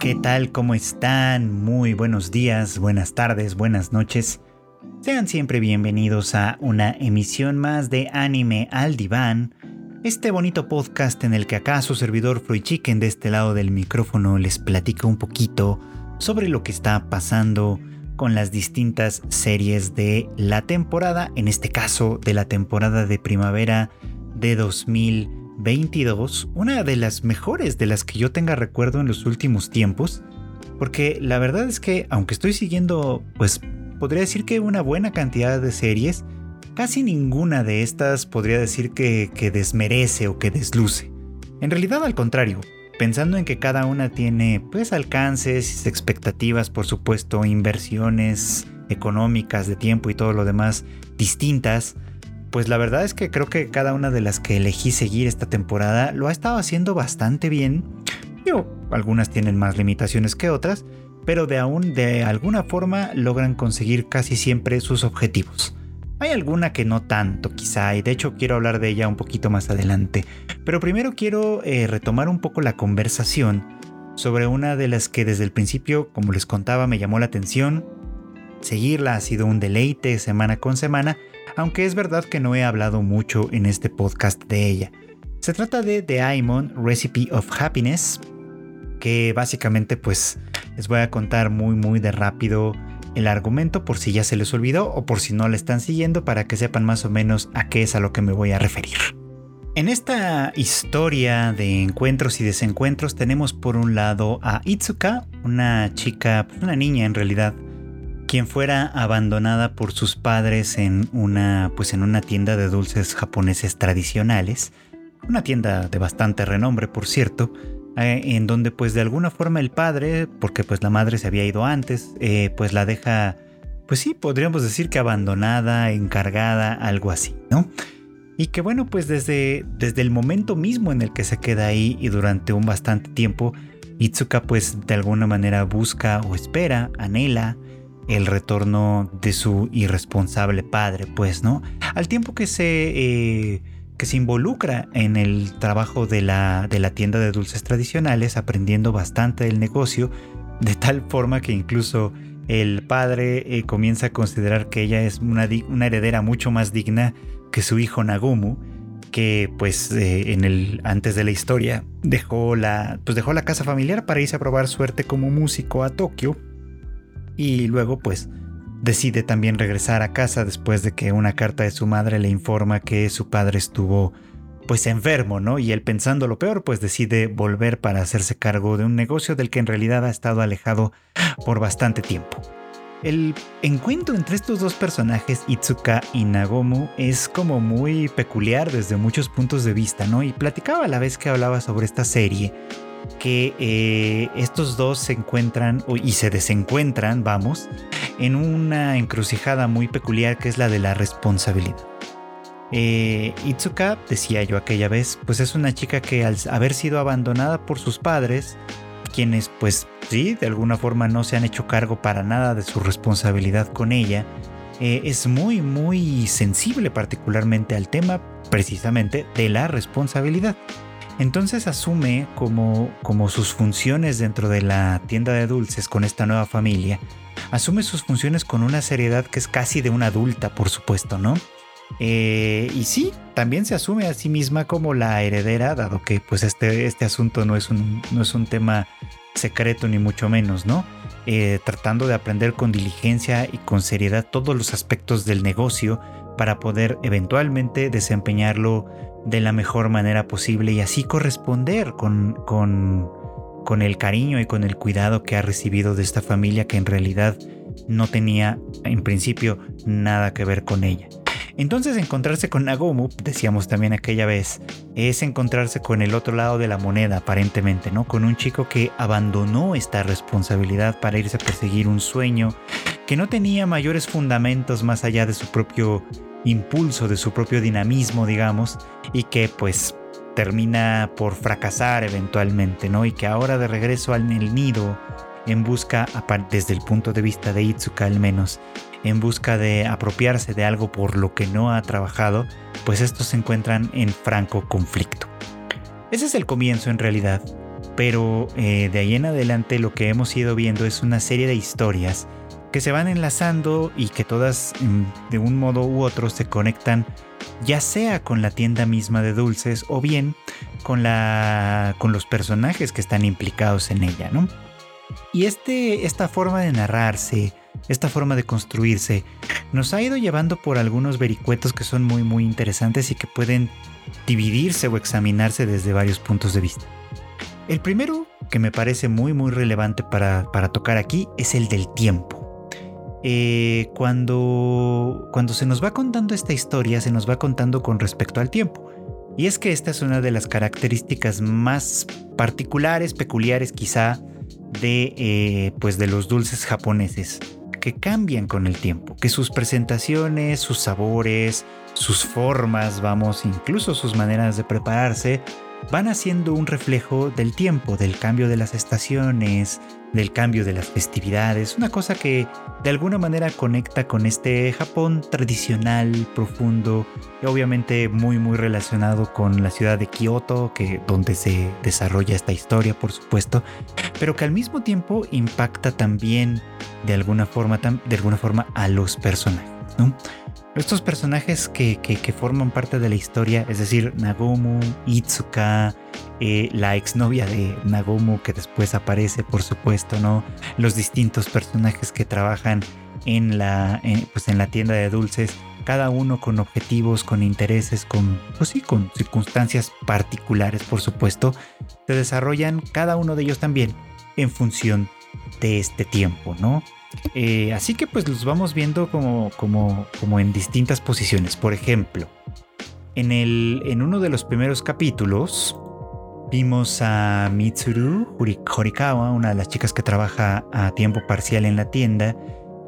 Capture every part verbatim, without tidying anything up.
¿qué tal? ¿Cómo están? Muy buenos días, buenas tardes, buenas noches. Sean siempre bienvenidos a una emisión más de Anime al Diván, este bonito podcast en el que acá su servidor Fruit Chicken de este lado del micrófono les platica un poquito sobre lo que está pasando con las distintas series de la temporada, en este caso de la temporada de primavera de dos mil veintidós, una de las mejores de las que yo tenga recuerdo en los últimos tiempos, porque la verdad es que aunque estoy siguiendo, pues podría decir que una buena cantidad de series, casi ninguna de estas podría decir que, que desmerece o que desluce. En realidad al contrario, pensando en que cada una tiene pues alcances, expectativas, por supuesto, inversiones económicas de tiempo y todo lo demás distintas, pues la verdad es que creo que cada una de las que elegí seguir esta temporada lo ha estado haciendo bastante bien. Yo, algunas tienen más limitaciones que otras, pero de aún de alguna forma logran conseguir casi siempre sus objetivos. Hay alguna que no tanto quizá, y de hecho quiero hablar de ella un poquito más adelante. Pero primero quiero eh, retomar un poco la conversación sobre una de las que desde el principio, como les contaba, me llamó la atención. Seguirla ha sido un deleite semana con semana, aunque es verdad que no he hablado mucho en este podcast de ella. Se trata de The Aemon Recipe of Happiness, que básicamente pues les voy a contar muy muy de rápido el argumento por si ya se les olvidó o por si no la están siguiendo, para que sepan más o menos a qué es a lo que me voy a referir. En esta historia de encuentros y desencuentros tenemos por un lado a Itsuka, una chica, una niña en realidad, quien fuera abandonada por sus padres en una, pues en una tienda de dulces japoneses tradicionales, una tienda de bastante renombre por cierto, eh, en donde pues de alguna forma el padre, porque pues la madre se había ido antes, eh, pues la deja, pues sí, podríamos decir que abandonada, encargada, algo así, ¿no? Y que bueno, pues desde, desde el momento mismo en el que se queda ahí y durante un bastante tiempo, Itsuka pues de alguna manera busca o espera, anhela el retorno de su irresponsable padre, pues, ¿no? Al tiempo que se, eh, que se involucra en el trabajo de la, de la tienda de dulces tradicionales, aprendiendo bastante del negocio, de tal forma que incluso el padre eh, comienza a considerar que ella es una, una heredera mucho más digna que su hijo Nagumo, que pues eh, en el, antes de la historia dejó la, pues dejó la casa familiar para irse a probar suerte como músico a Tokio. Y luego pues decide también regresar a casa después de que una carta de su madre le informa que su padre estuvo pues enfermo, ¿no? Y él, pensando lo peor, pues decide volver para hacerse cargo de un negocio del que en realidad ha estado alejado por bastante tiempo. El encuentro entre estos dos personajes, Itsuka y Nagumo, es como muy peculiar desde muchos puntos de vista, ¿no? Y platicaba a la vez que hablaba sobre esta serie que eh, estos dos se encuentran y se desencuentran, vamos, en una encrucijada muy peculiar que es la de la responsabilidad. Eh, Itsuka, decía yo aquella vez, pues es una chica que al haber sido abandonada por sus padres, quienes pues sí, de alguna forma no se han hecho cargo para nada de su responsabilidad con ella, eh, es muy muy sensible particularmente al tema precisamente de la responsabilidad. Entonces asume como, como sus funciones dentro de la tienda de dulces con esta nueva familia, asume sus funciones con una seriedad que es casi de una adulta, por supuesto, ¿no? Eh, y sí, también se asume a sí misma como la heredera, dado que pues este, este asunto no es, un, no es un tema secreto ni mucho menos, ¿no? Eh, tratando de aprender con diligencia y con seriedad todos los aspectos del negocio para poder eventualmente desempeñarlo de la mejor manera posible y así corresponder con, con, con el cariño y con el cuidado que ha recibido de esta familia que en realidad no tenía en principio nada que ver con ella. Entonces encontrarse con Nagumo, decíamos también aquella vez, es encontrarse con el otro lado de la moneda aparentemente, ¿no? Con un chico que abandonó esta responsabilidad para irse a perseguir un sueño que no tenía mayores fundamentos más allá de su propio impulso, de su propio dinamismo, digamos, y que pues termina por fracasar eventualmente, ¿no? Y que ahora de regreso al nido, en busca, desde el punto de vista de Itsuka al menos, en busca de apropiarse de algo por lo que no ha trabajado, pues estos se encuentran en franco conflicto. Ese es el comienzo en realidad. pero eh, de ahí en adelante lo que hemos ido viendo es una serie de historias que se van enlazando y que todas de un modo u otro se conectan, ya sea con la tienda misma de dulces o bien con, la, con los personajes que están implicados en ella, ¿no? Y este, esta forma de narrarse, esta forma de construirse, nos ha ido llevando por algunos vericuetos que son muy muy interesantes y que pueden dividirse o examinarse desde varios puntos de vista. El primero, que me parece muy muy relevante para, para tocar aquí, es el del tiempo. Eh, cuando, cuando se nos va contando esta historia, se nos va contando con respecto al tiempo. Y es que esta es una de las características más particulares, peculiares quizá, de, eh, pues de los dulces japoneses, que cambian con el tiempo, que sus presentaciones, sus sabores, sus formas, vamos, incluso sus maneras de prepararse, van haciendo un reflejo del tiempo, del cambio de las estaciones, del cambio de las festividades, una cosa que de alguna manera conecta con este Japón tradicional, profundo y obviamente muy muy relacionado con la ciudad de Kioto, que, donde se desarrolla esta historia, por supuesto, pero que al mismo tiempo impacta también de alguna forma, de alguna forma a los personajes, ¿no? Estos personajes que, que, que forman parte de la historia, es decir, Nagomu, Itsuka, eh, la exnovia de Nagomu que después aparece, por supuesto, ¿no? Los distintos personajes que trabajan en la, eh, pues en la tienda de dulces, cada uno con objetivos, con intereses, con, pues sí, con circunstancias particulares, por supuesto, se desarrollan cada uno de ellos también en función de este tiempo, ¿no? Eh, así que pues los vamos viendo como, como, como en distintas posiciones. Por ejemplo, en, el, en uno de los primeros capítulos vimos a Mitsuru Horikawa, una de las chicas que trabaja a tiempo parcial en la tienda,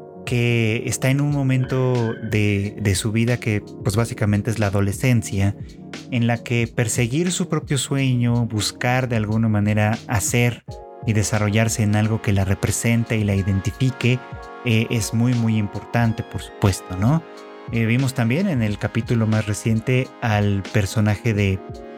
que está en un momento de, de su vida que pues básicamente es la adolescencia, en la que perseguir su propio sueño, buscar de alguna manera hacer y desarrollarse en algo que la represente y la identifique, eh, es muy muy importante, por supuesto, ¿no? Eh, vimos también en el capítulo más reciente al personaje de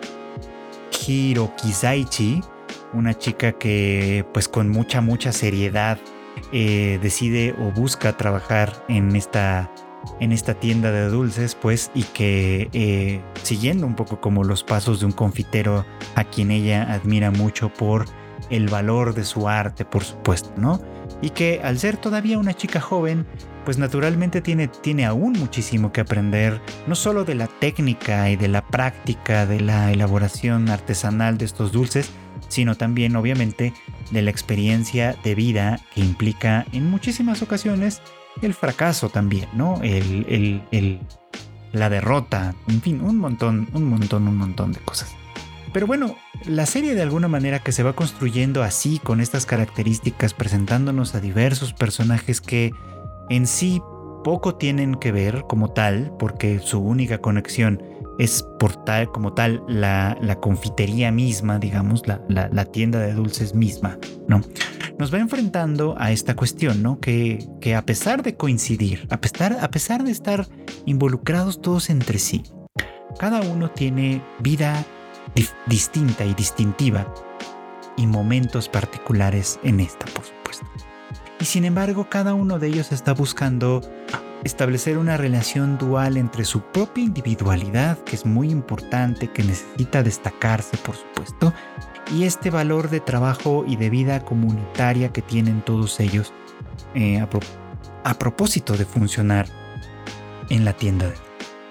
Hiro Kizaichi, una chica que pues con mucha mucha seriedad eh, decide o busca trabajar en esta, en esta tienda de dulces, pues, y que eh, siguiendo un poco como los pasos de un confitero a quien ella admira mucho por el valor de su arte, por supuesto, ¿no? Y que al ser todavía una chica joven, pues naturalmente tiene, tiene aún muchísimo que aprender, no solo de la técnica y de la práctica de la elaboración artesanal de estos dulces, sino también obviamente de la experiencia de vida que implica en muchísimas ocasiones el fracaso también, ¿no? El, el, el, la derrota, en fin, un montón, un montón, un montón de cosas. Pero bueno, la serie de alguna manera que se va construyendo así, con estas características, presentándonos a diversos personajes que en sí poco tienen que ver como tal, porque su única conexión es por tal, como tal la, la confitería misma, digamos, la, la, la tienda de dulces misma, ¿no? Nos va enfrentando a esta cuestión, ¿no? Que, que a pesar de coincidir, a pesar, a pesar de estar involucrados todos entre sí, cada uno tiene vida distinta y distintiva y momentos particulares en esta, por supuesto. Y sin embargo, cada uno de ellos está buscando establecer una relación dual entre su propia individualidad, que es muy importante, que necesita destacarse, por supuesto, y este valor de trabajo y de vida comunitaria que tienen todos ellos eh, a, pro- a propósito de funcionar en la tienda de...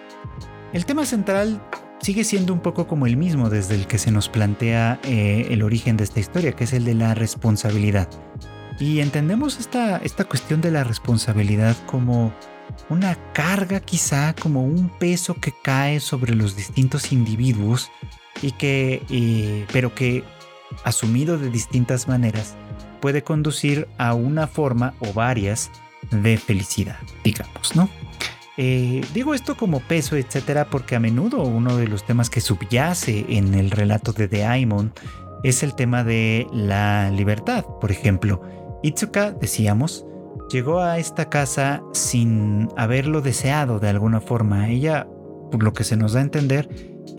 El tema central sigue siendo un poco como el mismo desde el que se nos plantea eh, el origen de esta historia, que es el de la responsabilidad. Y entendemos esta, esta cuestión de la responsabilidad como una carga, quizá como un peso que cae sobre los distintos individuos y que, eh, pero que asumido de distintas maneras puede conducir a una forma o varias de felicidad, digamos, ¿no? Eh, digo esto como peso, etcétera, porque a menudo uno de los temas que subyace en el relato de Daimon es el tema de la libertad. Por ejemplo, Itsuka, decíamos, llegó a esta casa sin haberlo deseado de alguna forma. Ella, por lo que se nos da a entender,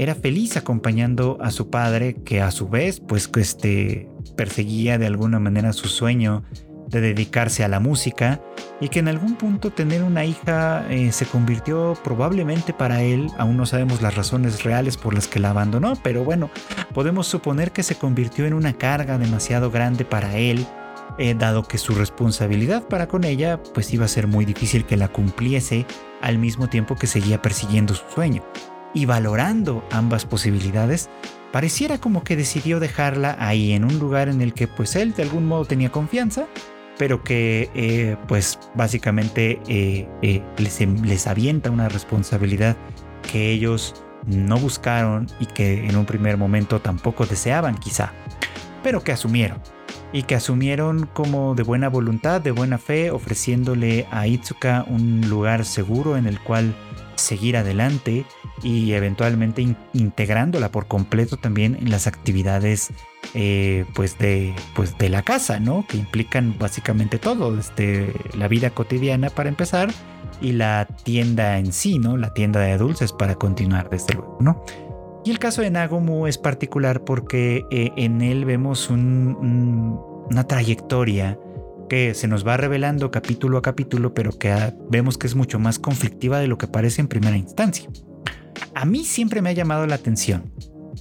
era feliz acompañando a su padre, que a su vez pues este, perseguía de alguna manera su sueño de dedicarse a la música, y que en algún punto tener una hija eh, se convirtió probablemente para él, aún no sabemos las razones reales por las que la abandonó, pero bueno, podemos suponer que se convirtió en una carga demasiado grande para él, eh, dado que su responsabilidad para con ella pues iba a ser muy difícil que la cumpliese al mismo tiempo que seguía persiguiendo su sueño. Y valorando ambas posibilidades, pareciera como que decidió dejarla ahí en un lugar en el que pues él de algún modo tenía confianza, pero que eh, pues básicamente eh, eh, les, les avienta una responsabilidad que ellos no buscaron y que en un primer momento tampoco deseaban quizá, pero que asumieron. Y que asumieron como de buena voluntad, de buena fe, ofreciéndole a Itsuka un lugar seguro en el cual seguir adelante y eventualmente in- integrándola por completo también en las actividades eh, pues de, pues de la casa, ¿no? Que implican básicamente todo, desde la vida cotidiana para empezar y la tienda en sí, ¿no? La tienda de dulces para continuar, desde luego, ¿no? Y el caso de Nagumo es particular porque eh, en él vemos un, un, una trayectoria que se nos va revelando capítulo a capítulo, pero que ah, vemos que es mucho más conflictiva de lo que parece en primera instancia. A mí siempre me ha llamado la atención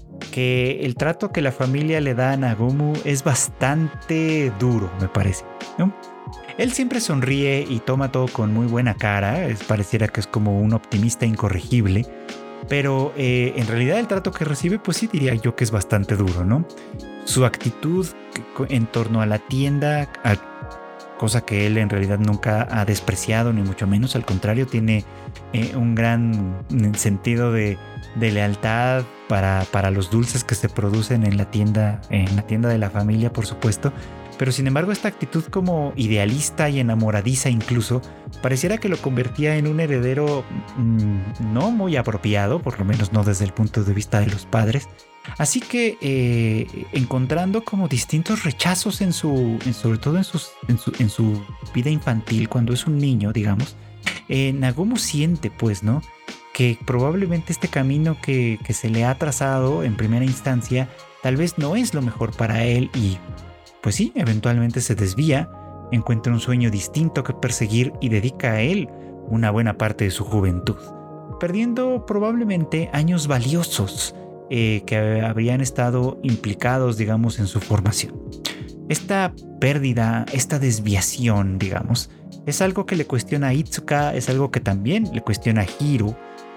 que el trato que la familia le da a Nagumo es bastante duro, me parece, ¿no? Él siempre sonríe y toma todo con muy buena cara, es, pareciera que es como un optimista incorregible, pero eh, en realidad el trato que recibe, pues sí diría yo que es bastante duro, ¿no? Su actitud en torno a la tienda, a, cosa que él en realidad nunca ha despreciado, ni mucho menos, al contrario, tiene eh, un gran sentido de, de lealtad para, para los dulces que se producen en la tienda, en la tienda de la familia, por supuesto. Pero sin embargo, esta actitud como idealista y enamoradiza incluso, pareciera que lo convertía en un heredero mmm, no muy apropiado, por lo menos no desde el punto de vista de los padres. Así que eh, encontrando como distintos rechazos en su, en, sobre todo en, sus, en, su, en su vida infantil, cuando es un niño, digamos, eh, Nagumo siente pues, ¿no?, que probablemente este camino que, que se le ha trazado en primera instancia tal vez no es lo mejor para él y pues sí, eventualmente se desvía, encuentra un sueño distinto que perseguir y dedica a él una buena parte de su juventud, perdiendo probablemente años valiosos eh, que habrían estado implicados, digamos, en su formación. Esta pérdida, esta desviación, digamos, es algo que le cuestiona a Itsuka, es algo que también le cuestiona a Hiro,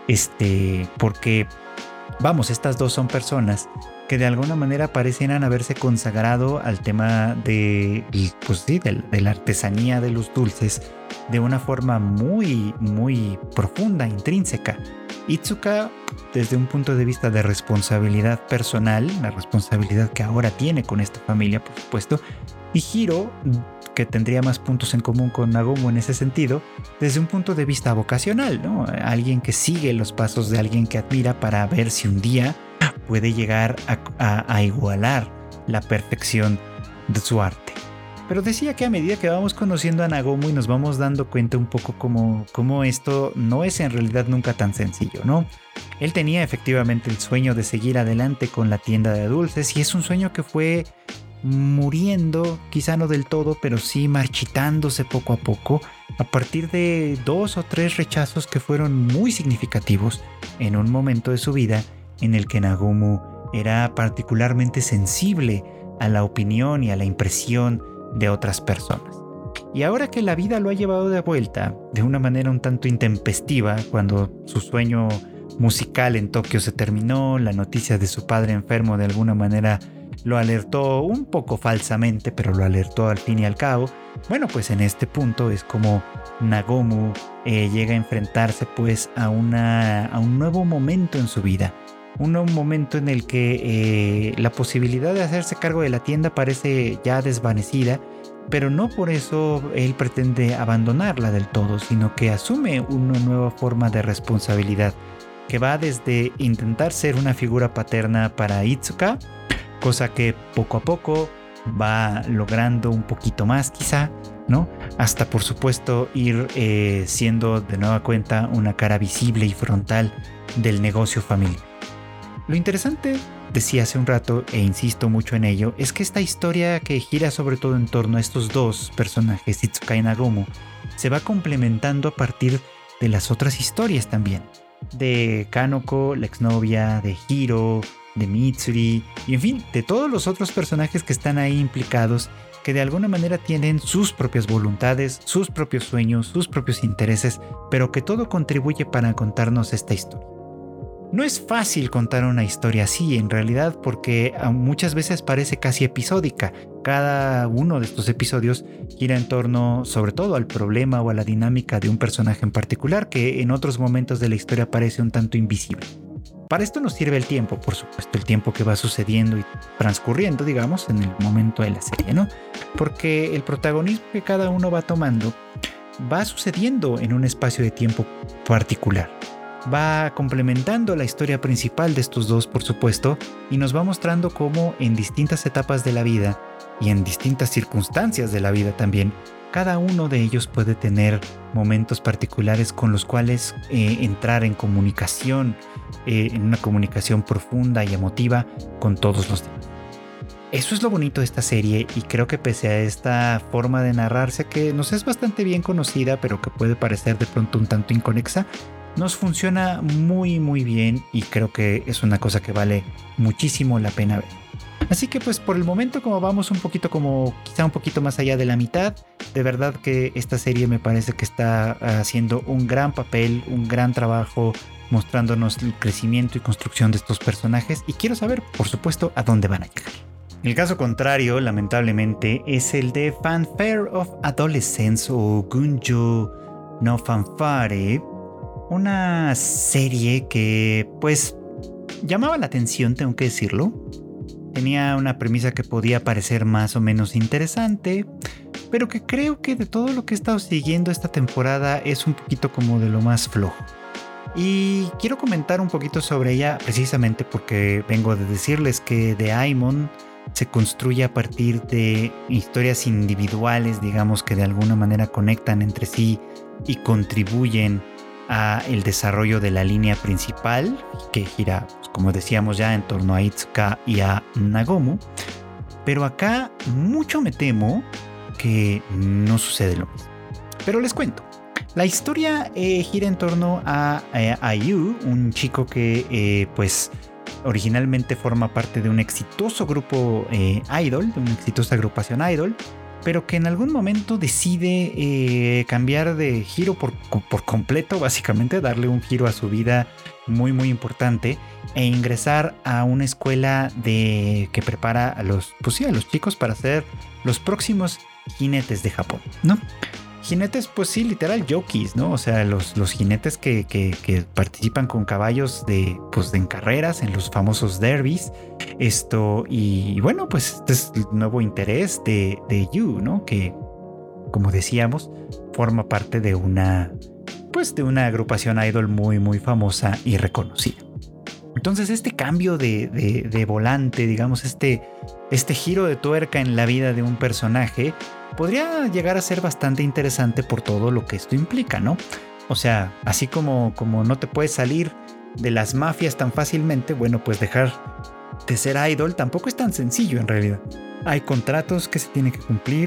este, porque, vamos, estas dos son personas que de alguna manera parecieran haberse consagrado al tema de, pues sí, de, de la artesanía de los dulces de una forma muy, muy profunda, intrínseca. Itsuka, desde un punto de vista de responsabilidad personal, la responsabilidad que ahora tiene con esta familia, por supuesto, y Hiro, que tendría más puntos en común con Nagumo en ese sentido, desde un punto de vista vocacional, ¿no? Alguien que sigue los pasos de alguien que admira para ver si un día puede llegar a, a, a igualar la perfección de su arte. Pero decía que a medida que vamos conociendo a Nagumo y nos vamos dando cuenta un poco cómo, cómo esto no es en realidad nunca tan sencillo, ¿no? Él tenía efectivamente el sueño de seguir adelante con la tienda de dulces y es un sueño que fue muriendo, quizá no del todo, pero sí marchitándose poco a poco a partir de dos o tres rechazos que fueron muy significativos en un momento de su vida en el que Nagumo era particularmente sensible a la opinión y a la impresión de otras personas. Y ahora que la vida lo ha llevado de vuelta de una manera un tanto intempestiva, cuando su sueño musical en Tokio se terminó, la noticia de su padre enfermo de alguna manera lo alertó un poco falsamente, pero lo alertó al fin y al cabo. Bueno, pues en este punto es como Nagumo eh, llega a enfrentarse pues a, una, a un nuevo momento en su vida. Un nuevo momento en el que eh, la posibilidad de hacerse cargo de la tienda parece ya desvanecida, pero no por eso él pretende abandonarla del todo, sino que asume una nueva forma de responsabilidad que va desde intentar ser una figura paterna para Itsuka, cosa que poco a poco va logrando un poquito más quizá, ¿no? Hasta por supuesto ir eh, siendo de nueva cuenta una cara visible y frontal del negocio familiar. Lo interesante, decía hace un rato, e insisto mucho en ello, es que esta historia que gira sobre todo en torno a estos dos personajes, Itsuka y Nagomu, se va complementando a partir de las otras historias también. De Kanoko, la exnovia, de Hiro, de Mitsuri, y en fin, de todos los otros personajes que están ahí implicados, que de alguna manera tienen sus propias voluntades, sus propios sueños, sus propios intereses, pero que todo contribuye para contarnos esta historia. No es fácil contar una historia así en realidad, porque muchas veces parece casi episódica. Cada uno de estos episodios gira en torno sobre todo al problema o a la dinámica de un personaje en particular, que en otros momentos de la historia parece un tanto invisible. Para esto nos sirve el tiempo, por supuesto, el tiempo que va sucediendo y transcurriendo, digamos, en el momento de la serie, ¿no? Porque el protagonismo que cada uno va tomando va sucediendo en un espacio de tiempo particular. Va complementando la historia principal de estos dos, por supuesto, y nos va mostrando cómo en distintas etapas de la vida y en distintas circunstancias de la vida también, cada uno de ellos puede tener momentos particulares con los cuales eh, entrar en comunicación, eh, en una comunicación profunda y emotiva con todos los demás. Eso es lo bonito de esta serie, y creo que pese a esta forma de narrarse que nos es bastante bien conocida, pero que puede parecer de pronto un tanto inconexa, nos funciona muy muy bien, y creo que es una cosa que vale muchísimo la pena ver. Así que pues por el momento, como vamos un poquito como quizá un poquito más allá de la mitad, de verdad que esta serie me parece que está haciendo un gran papel, un gran trabajo mostrándonos el crecimiento y construcción de estos personajes, y quiero saber, por supuesto, a dónde van a llegar. El caso contrario, lamentablemente, es el de Fanfare of Adolescence o Gunjo no Fanfare, una serie que pues llamaba la atención, tengo que decirlo. Tenía una premisa que podía parecer más o menos interesante, pero que creo que de todo lo que he estado siguiendo esta temporada es un poquito como de lo más flojo. Y quiero comentar un poquito sobre ella precisamente porque vengo de decirles que The Aimon se construye a partir de historias individuales, digamos, que de alguna manera conectan entre sí y contribuyen a el desarrollo de la línea principal, que gira, pues, como decíamos ya, en torno a Itsuka y a Nagomu. Pero acá mucho me temo que no sucede lo mismo. Pero les cuento. La historia eh, gira en torno a, eh, a Yu, un chico que eh, pues originalmente forma parte de un exitoso grupo eh, idol, de una exitosa agrupación idol, pero que en algún momento decide eh, cambiar de giro por, por completo, básicamente darle un giro a su vida muy muy importante e ingresar a una escuela de, que prepara a los, pues sí, a los chicos para ser los próximos jinetes de Japón, ¿no? Jinetes, pues sí, literal jockeys, ¿no? O sea, los, los jinetes que, que, que participan con caballos de, pues, en carreras, en los famosos derbis. Esto, y bueno, pues este es el nuevo interés de, de Yu, ¿no? Que, como decíamos, forma parte de una, pues, de una agrupación idol muy, muy famosa y reconocida. Entonces, este cambio de, de, de volante, digamos, este, este giro de tuerca en la vida de un personaje, podría llegar a ser bastante interesante por todo lo que esto implica, ¿no? O sea, así como, como no te puedes salir de las mafias tan fácilmente, bueno, pues dejar de ser idol tampoco es tan sencillo en realidad. Hay contratos que se tienen que cumplir,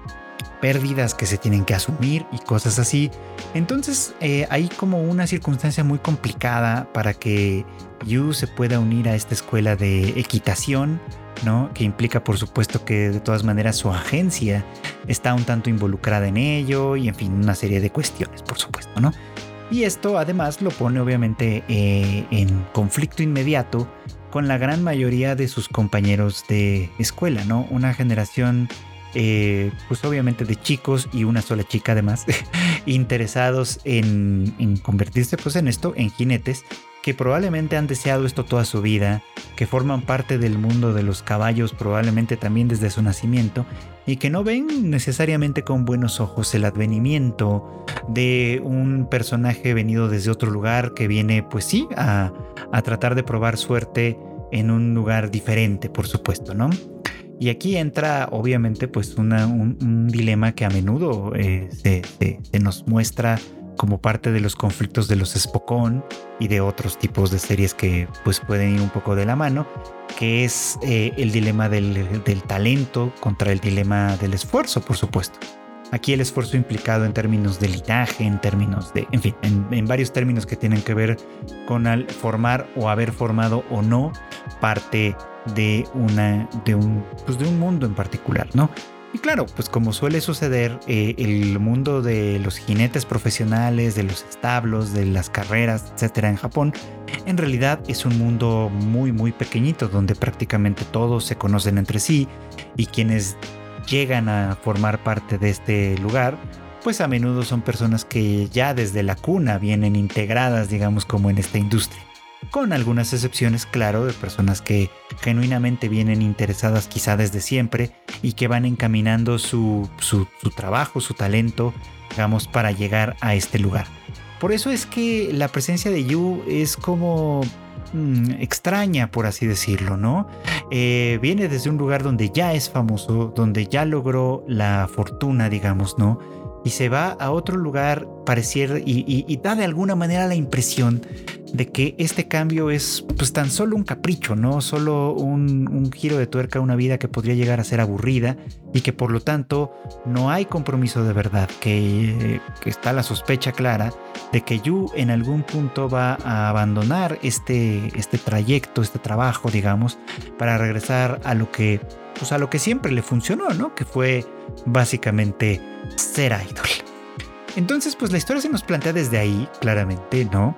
pérdidas que se tienen que asumir y cosas así. Entonces eh, hay como una circunstancia muy complicada para que Yu se pueda unir a esta escuela de equitación, ¿no? Que implica, por supuesto, que de todas maneras su agencia está un tanto involucrada en ello, y en fin, una serie de cuestiones, por supuesto, ¿no? Y esto además lo pone obviamente eh, en conflicto inmediato con la gran mayoría de sus compañeros de escuela, ¿no? Una generación eh, pues obviamente de chicos y una sola chica además interesados en, en convertirse pues en esto, en jinetes, que probablemente han deseado esto toda su vida, que forman parte del mundo de los caballos probablemente también desde su nacimiento, y que no ven necesariamente con buenos ojos el advenimiento de un personaje venido desde otro lugar que viene pues sí a, a tratar de probar suerte en un lugar diferente, por supuesto, ¿no? Y aquí entra obviamente pues una, un, un dilema que a menudo eh, se, se, se nos muestra como parte de los conflictos de los Spokon y de otros tipos de series que pues pueden ir un poco de la mano, que es eh, el dilema del, del talento contra el dilema del esfuerzo, por supuesto. Aquí el esfuerzo implicado en términos de linaje, en términos de, en fin, en, en varios términos que tienen que ver con al formar o haber formado o no parte de una, de un, pues de un mundo en particular, ¿no? Y claro, pues como suele suceder, eh, el mundo de los jinetes profesionales, de los establos, de las carreras, etcétera, en Japón, en realidad es un mundo muy, muy pequeñito, donde prácticamente todos se conocen entre sí, y quienes llegan a formar parte de este lugar, pues a menudo son personas que ya desde la cuna vienen integradas, digamos, como en esta industria. Con algunas excepciones, claro, de personas que genuinamente vienen interesadas quizá desde siempre y que van encaminando su, su, su trabajo, su talento, digamos, para llegar a este lugar. Por eso es que la presencia de Yu es como mmm, extraña, por así decirlo, ¿no? Eh, viene desde un lugar donde ya es famoso, donde ya logró la fortuna, digamos, ¿no? Y se va a otro lugar, pareciera, y, y, y da de alguna manera la impresión de que este cambio es pues tan solo un capricho, ¿no? Solo un, un giro de tuerca a una vida que podría llegar a ser aburrida y que por lo tanto no hay compromiso de verdad, que, que está la sospecha clara de que Yu en algún punto va a abandonar este, este trayecto, este trabajo, digamos, para regresar a lo que, pues a lo que siempre le funcionó, ¿no? Que fue básicamente ser idol. Entonces, pues la historia se nos plantea desde ahí, claramente, ¿no?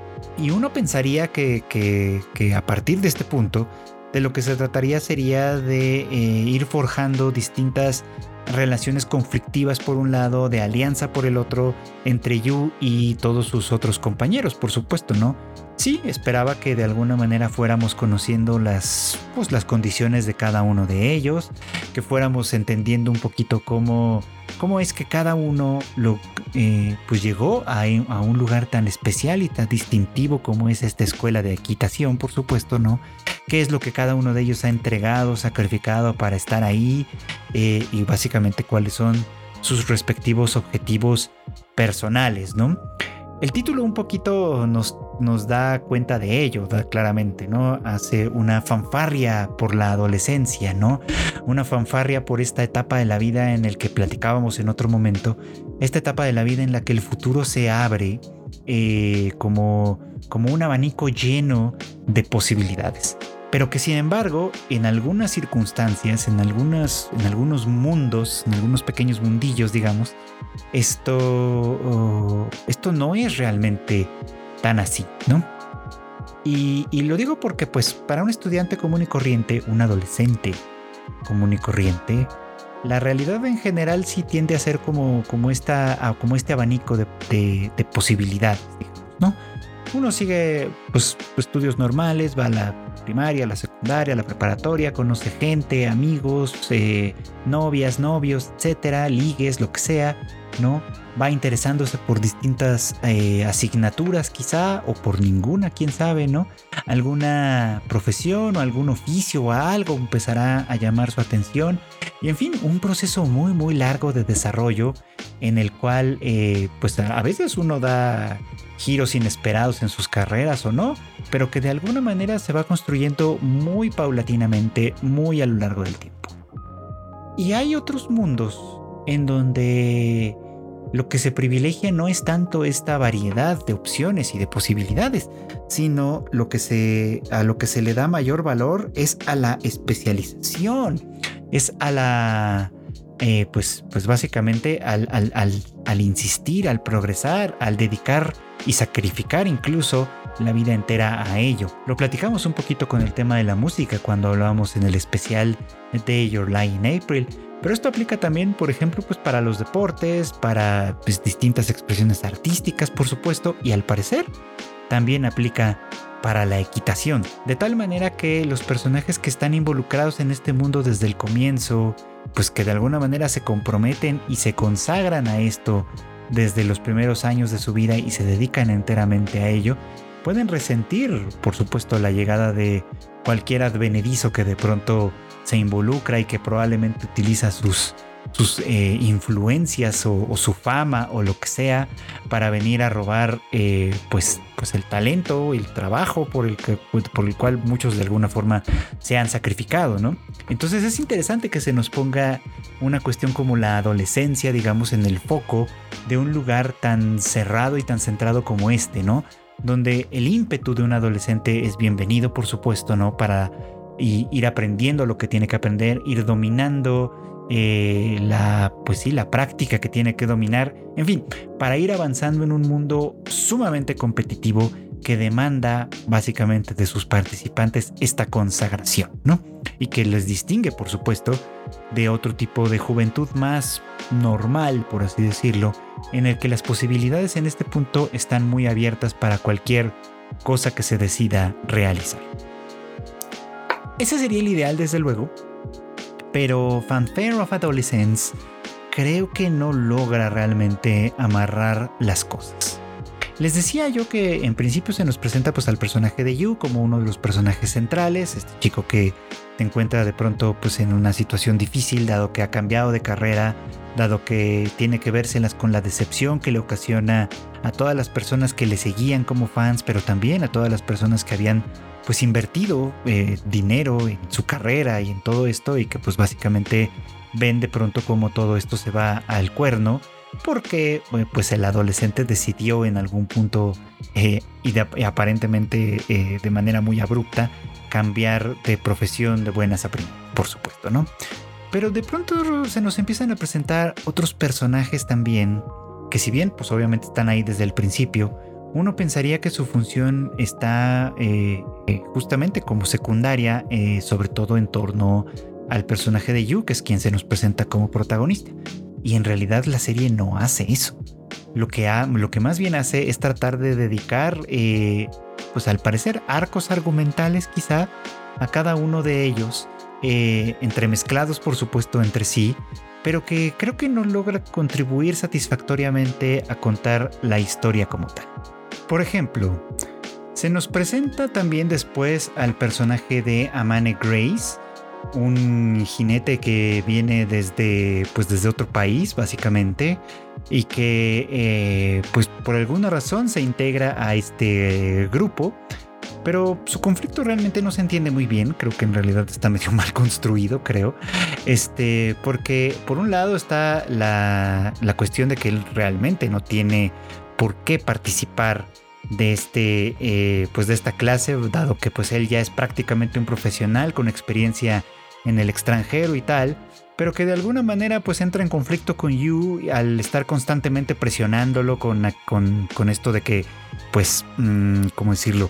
Y uno pensaría que, que, que a partir de este punto, de lo que se trataría sería de eh, ir forjando distintas relaciones conflictivas por un lado, de alianza por el otro, entre Yu y todos sus otros compañeros, por supuesto, ¿no? Sí, esperaba que de alguna manera fuéramos conociendo las, pues, las condiciones de cada uno de ellos, que fuéramos entendiendo un poquito cómo, cómo es que cada uno lo, eh, pues llegó a, a un lugar tan especial y tan distintivo como es esta escuela de equitación, por supuesto, ¿no? Qué es lo que cada uno de ellos ha entregado, sacrificado para estar ahí, eh, y básicamente cuáles son sus respectivos objetivos personales, ¿no? El título un poquito nos, nos da cuenta de ello, da claramente, ¿no? Hace una fanfarria por la adolescencia, ¿no? Una fanfarria por esta etapa de la vida en el que platicábamos en otro momento, esta etapa de la vida en la que el futuro se abre eh, como, como un abanico lleno de posibilidades. Pero que sin embargo, en algunas circunstancias, en, algunas, en algunos mundos, en algunos pequeños mundillos, digamos, esto, oh, esto no es realmente tan así, ¿no? Y, y lo digo porque, pues, para un estudiante común y corriente, un adolescente común y corriente, la realidad en general sí tiende a ser como, como, esta, como este abanico de, de, de posibilidades, digamos, ¿no? Uno sigue pues, estudios normales, va a la primaria, a la secundaria, a la preparatoria, conoce gente, amigos, eh, novias, novios, etcétera, ligues, lo que sea, ¿no? Va interesándose por distintas eh, asignaturas quizá, o por ninguna, quién sabe, ¿no? Alguna profesión o algún oficio o algo empezará a llamar su atención. Y en fin, un proceso muy muy largo de desarrollo en el cual eh, pues a veces uno da giros inesperados en sus carreras o no, pero que de alguna manera se va construyendo muy paulatinamente, muy a lo largo del tiempo. Y hay otros mundos en donde lo que se privilegia no es tanto esta variedad de opciones y de posibilidades, sino lo que se, a lo que se le da mayor valor es a la especialización, es a la, eh, pues, pues básicamente al, al, al, al insistir, al progresar, al dedicar y sacrificar incluso la vida entera a ello. Lo platicamos un poquito con el tema de la música cuando hablábamos en el especial de Your Lie in April. Pero esto aplica también, por ejemplo, pues para los deportes, para pues, distintas expresiones artísticas, por supuesto, y al parecer también aplica para la equitación. De tal manera que los personajes que están involucrados en este mundo desde el comienzo, pues que de alguna manera se comprometen y se consagran a esto desde los primeros años de su vida y se dedican enteramente a ello, pueden resentir, por supuesto, la llegada de cualquier advenedizo que de pronto se involucra y que probablemente utiliza sus, sus eh, influencias o, o su fama o lo que sea para venir a robar eh, pues, pues el talento, el trabajo por el, que, por el cual muchos de alguna forma se han sacrificado, ¿no? Entonces es interesante que se nos ponga una cuestión como la adolescencia, digamos, en el foco de un lugar tan cerrado y tan centrado como este, ¿no? Donde el ímpetu de un adolescente es bienvenido, por supuesto, ¿no? Para y, ir aprendiendo lo que tiene que aprender, ir dominando Eh, la, pues sí, la práctica que tiene que dominar, en fin, para ir avanzando en un mundo sumamente competitivo que demanda básicamente de sus participantes esta consagración, ¿no? Y que les distingue, por supuesto, de otro tipo de juventud más normal, por así decirlo, en el que las posibilidades en este punto están muy abiertas para cualquier cosa que se decida realizar. Ese sería el ideal, desde luego. Pero Fanfare of Adolescence creo que no logra realmente amarrar las cosas. Les decía yo que en principio se nos presenta pues al personaje de Yu como uno de los personajes centrales, este chico que se encuentra de pronto pues en una situación difícil dado que ha cambiado de carrera, dado que tiene que vérselas con la decepción que le ocasiona a todas las personas que le seguían como fans, pero también a todas las personas que habían pues invertido eh, dinero en su carrera y en todo esto, y que pues básicamente ven de pronto como todo esto se va al cuerno porque pues el adolescente decidió en algún punto eh, y, de, y aparentemente eh, de manera muy abrupta cambiar de profesión de buenas a primeras, por supuesto, ¿no? Pero de pronto se nos empiezan a presentar otros personajes también que, si bien pues obviamente están ahí desde el principio, uno pensaría que su función está eh, eh, justamente como secundaria, eh, sobre todo en torno al personaje de Yu, que es quien se nos presenta como protagonista. Y en realidad la serie no hace eso. Lo que, ha, lo que más bien hace es tratar de dedicar, eh, pues al parecer, arcos argumentales quizá a cada uno de ellos, eh, entremezclados por supuesto entre sí, pero que creo que no logra contribuir satisfactoriamente a contar la historia como tal. Por ejemplo, se nos presenta también después al personaje de Amane Grace, un jinete que viene desde, pues desde otro país básicamente, y que eh, pues por alguna razón se integra a este grupo, pero su conflicto realmente no se entiende muy bien. Creo que en realidad está medio mal construido, creo, este, porque por un lado está la, la cuestión de que él realmente no tiene por qué participar de este eh, pues de esta clase, dado que pues él ya es prácticamente un profesional con experiencia en el extranjero y tal, pero que de alguna manera pues entra en conflicto con Yu al estar constantemente presionándolo con, con, con esto de que pues mmm, ¿cómo decirlo?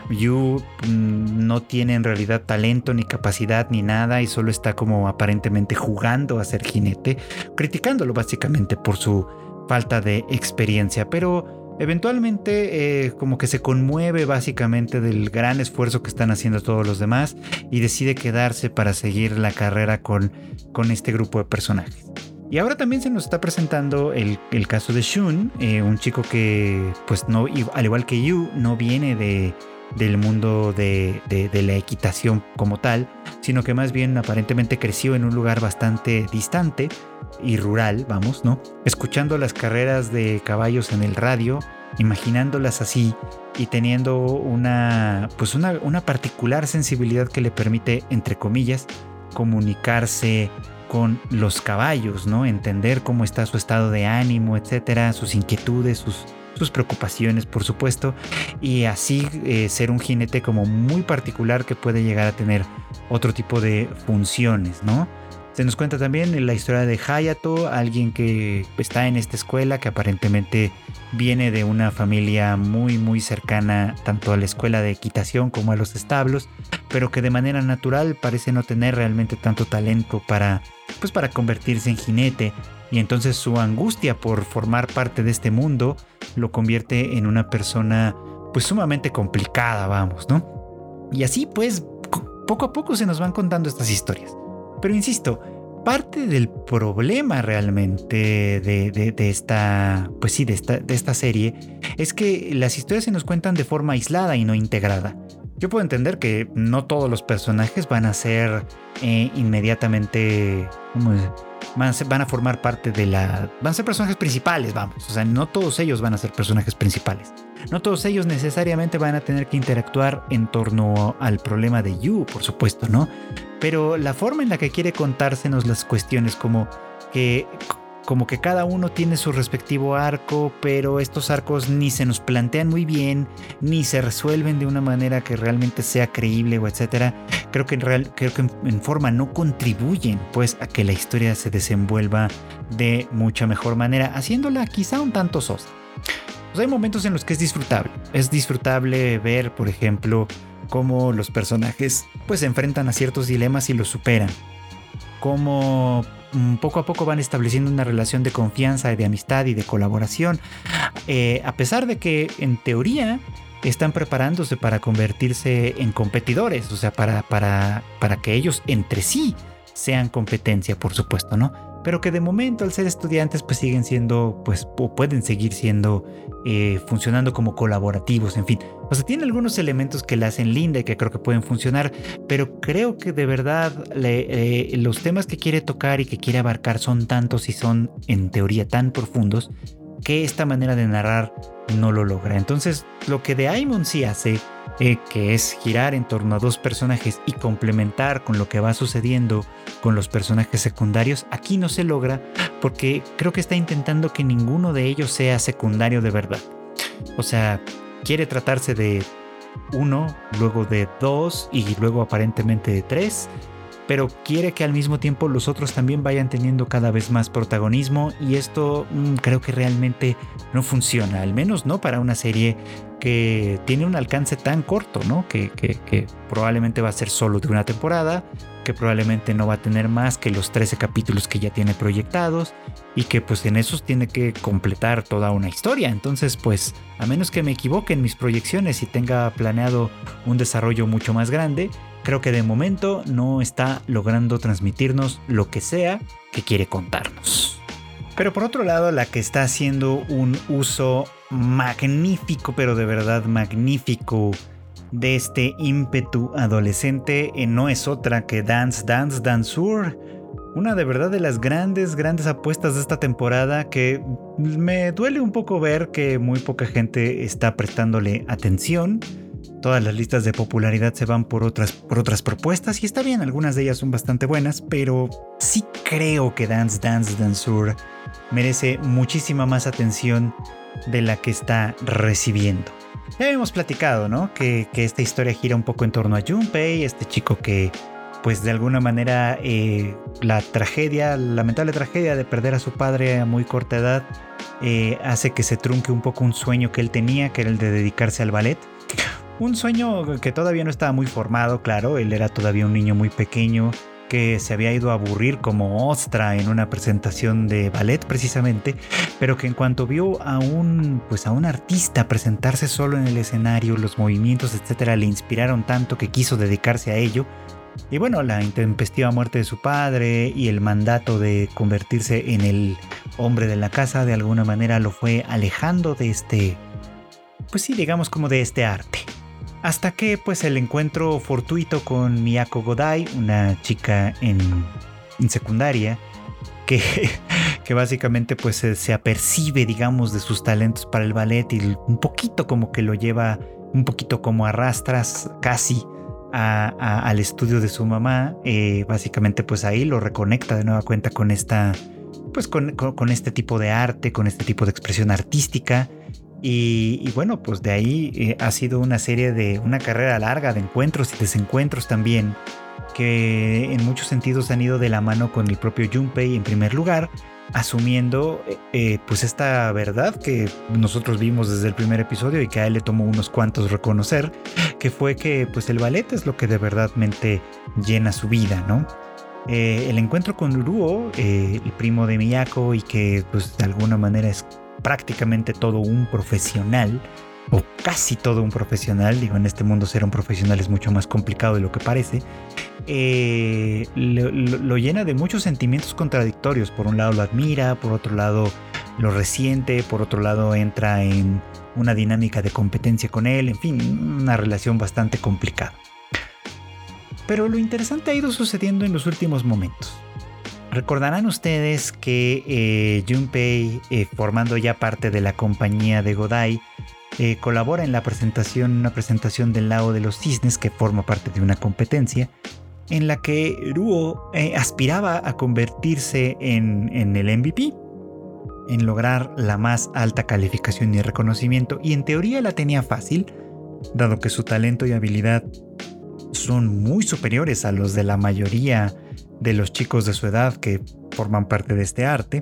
Yu mmm, no tiene en realidad talento ni capacidad ni nada y solo está como aparentemente jugando a ser jinete, criticándolo básicamente por su falta de experiencia, pero eventualmente eh, como que se conmueve básicamente del gran esfuerzo que están haciendo todos los demás y decide quedarse para seguir la carrera con, con este grupo de personajes. Y ahora también se nos está presentando el, el caso de Shun, eh, un chico que pues no, al igual que Yu, no viene de, del mundo de, de, de la equitación como tal, sino que más bien aparentemente creció en un lugar bastante distante y rural, vamos, ¿no? Escuchando las carreras de caballos en el radio, imaginándolas así y teniendo una, pues una, una particular sensibilidad que le permite, entre comillas, comunicarse con los caballos, ¿no? Entender cómo está su estado de ánimo, etcétera, sus inquietudes, sus, sus preocupaciones, por supuesto, y así eh, ser un jinete como muy particular que puede llegar a tener otro tipo de funciones, ¿no? Se nos cuenta también la historia de Hayato, alguien que está en esta escuela, que aparentemente viene de una familia muy muy cercana tanto a la escuela de equitación como a los establos, pero que de manera natural parece no tener realmente tanto talento para, pues para convertirse en jinete, y entonces su angustia por formar parte de este mundo lo convierte en una persona pues sumamente complicada, vamos, ¿no? Y así pues poco a poco se nos van contando estas historias. Pero insisto, parte del problema realmente de, de, de esta, pues sí, de esta, de esta serie es que las historias se nos cuentan de forma aislada y no integrada. Yo puedo entender que no todos los personajes van a ser eh, inmediatamente, ¿cómo es? van a, ser, van a formar parte de la... Van a ser personajes principales, vamos. O sea, no todos ellos van a ser personajes principales. No todos ellos necesariamente van a tener que interactuar en torno al problema de Yu, por supuesto, ¿no? Pero la forma en la que quiere contársenos las cuestiones, como que... como que cada uno tiene su respectivo arco, pero estos arcos ni se nos plantean muy bien, ni se resuelven de una manera que realmente sea creíble o etcétera. Creo que en, real, creo que en, en forma no contribuyen pues a que la historia se desenvuelva de mucha mejor manera, haciéndola quizá un tanto sosa. Pues hay momentos en los que es disfrutable. Es disfrutable ver, por ejemplo, cómo los personajes pues se enfrentan a ciertos dilemas y los superan. Cómo poco a poco van estableciendo una relación de confianza, de amistad y de colaboración, eh, a pesar de que en teoría están preparándose para convertirse en competidores, o sea, para, para, para que ellos entre sí sean competencia, por supuesto, ¿no? Pero que de momento, al ser estudiantes, pues siguen siendo, pues o pueden seguir siendo, eh, funcionando como colaborativos, en fin. O sea, tiene algunos elementos que la hacen linda y que creo que pueden funcionar, pero creo que de verdad le, eh, los temas que quiere tocar y que quiere abarcar son tantos y son, en teoría, tan profundos que esta manera de narrar no lo logra. Entonces, lo que Daimon sí hace, eh, que es girar en torno a dos personajes y complementar con lo que va sucediendo con los personajes secundarios, aquí no se logra porque creo que está intentando que ninguno de ellos sea secundario de verdad. O sea, quiere tratarse de uno, luego de dos y luego aparentemente de tres, pero quiere que al mismo tiempo los otros también vayan teniendo cada vez más protagonismo, y esto mmm, creo que realmente no funciona, al menos no para una serie que tiene un alcance tan corto, ¿no? Que, que, que probablemente va a ser solo de una temporada, que probablemente no va a tener más que los trece capítulos que ya tiene proyectados y que pues en esos tiene que completar toda una historia. Entonces pues a menos que me equivoque en mis proyecciones y tenga planeado un desarrollo mucho más grande, creo que de momento no está logrando transmitirnos lo que sea que quiere contarnos. Pero por otro lado, la que está haciendo un uso magnífico, pero de verdad magnífico, de este ímpetu adolescente, eh, no es otra que Dance Dance Danseur. Una de verdad de las grandes, grandes apuestas de esta temporada, que me duele un poco ver que muy poca gente está prestándole atención. Todas las listas de popularidad se van por otras, por otras propuestas, y está bien, algunas de ellas son bastante buenas, pero sí creo que Dance Dance Danseur merece muchísima más atención de la que está recibiendo. Ya habíamos platicado, ¿no? Que, que esta historia gira un poco en torno a Junpei, este chico que, pues de alguna manera, eh, la tragedia, la lamentable tragedia de perder a su padre a muy corta edad, eh, hace que se trunque un poco un sueño que él tenía, que era el de dedicarse al ballet. Un sueño que todavía no estaba muy formado, claro, él era todavía un niño muy pequeño que se había ido a aburrir como ostra en una presentación de ballet precisamente, pero que en cuanto vio a un, pues a un artista presentarse solo en el escenario, los movimientos, etcétera, le inspiraron tanto que quiso dedicarse a ello. Y bueno, la intempestiva muerte de su padre y el mandato de convertirse en el hombre de la casa de alguna manera lo fue alejando de este, pues sí, digamos como de este arte. Hasta que pues el encuentro fortuito con Miyako Godai, una chica en, en secundaria, que, que básicamente pues se, se apercibe, digamos, de sus talentos para el ballet y un poquito como que lo lleva, un poquito como arrastras casi a, a, al estudio de su mamá. Eh, básicamente pues ahí lo reconecta de nueva cuenta con esta, pues con, con, con este tipo de arte, con este tipo de expresión artística. Y, y bueno, pues de ahí eh, ha sido una serie de una carrera larga de encuentros y desencuentros también, que en muchos sentidos han ido de la mano con el propio Junpei en primer lugar, asumiendo eh, pues esta verdad que nosotros vimos desde el primer episodio y que a él le tomó unos cuantos reconocer, que fue que pues el ballet es lo que de verdadmente llena su vida, ¿no? Eh, el encuentro con Uruo, eh, el primo de Miyako, y que pues de alguna manera es prácticamente todo un profesional, o casi todo un profesional, digo, en este mundo ser un profesional es mucho más complicado de lo que parece, eh, lo, lo, lo llena de muchos sentimientos contradictorios. Por un lado lo admira, por otro lado lo resiente, por otro lado entra en una dinámica de competencia con él, en fin, una relación bastante complicada. Pero lo interesante ha ido sucediendo en los últimos momentos. Recordarán ustedes que eh, Junpei, eh, formando ya parte de la compañía de Godai, eh, colabora en la presentación, una presentación del Lago de los Cisnes, que forma parte de una competencia en la que Ruo eh, aspiraba a convertirse en, en el M V P, en lograr la más alta calificación y reconocimiento, y en teoría la tenía fácil, dado que su talento y habilidad son muy superiores a los de la mayoría de los chicos de su edad que forman parte de este arte.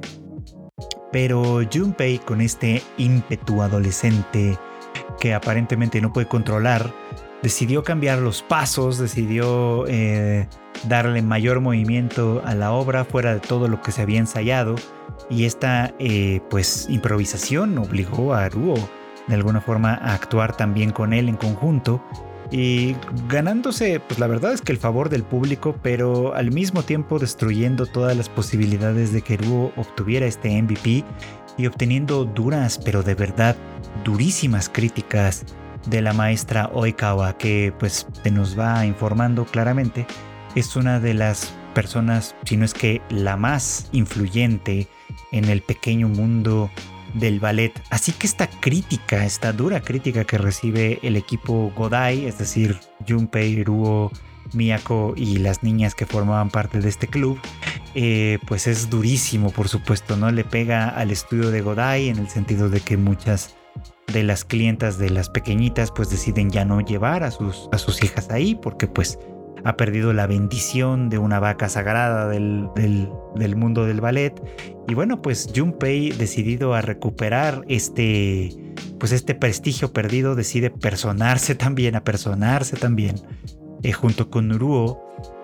Pero Junpei, con este ímpetu adolescente que aparentemente no puede controlar, decidió cambiar los pasos, decidió eh, darle mayor movimiento a la obra fuera de todo lo que se había ensayado, y esta eh, pues improvisación obligó a Ruo de alguna forma a actuar también con él en conjunto, y ganándose pues la verdad es que el favor del público, pero al mismo tiempo destruyendo todas las posibilidades de que Ruo obtuviera este M V P y obteniendo duras, pero de verdad durísimas críticas de la maestra Oikawa, que pues se nos va informando claramente es una de las personas, si no es que la más influyente en el pequeño mundo del ballet. Así que esta crítica, esta dura crítica que recibe el equipo Godai, es decir, Junpei, Ruo, Miyako y las niñas que formaban parte de este club, eh, pues es durísimo, por supuesto, ¿no? Le pega al estudio de Godai en el sentido de que muchas de las clientas de las pequeñitas pues deciden ya no llevar a sus, a sus hijas ahí, porque pues ha perdido la bendición de una vaca sagrada del, del, del mundo del ballet. Y bueno, pues Junpei, decidido a recuperar este, pues este prestigio perdido, decide personarse también, apersonarse también, eh, junto con Ruo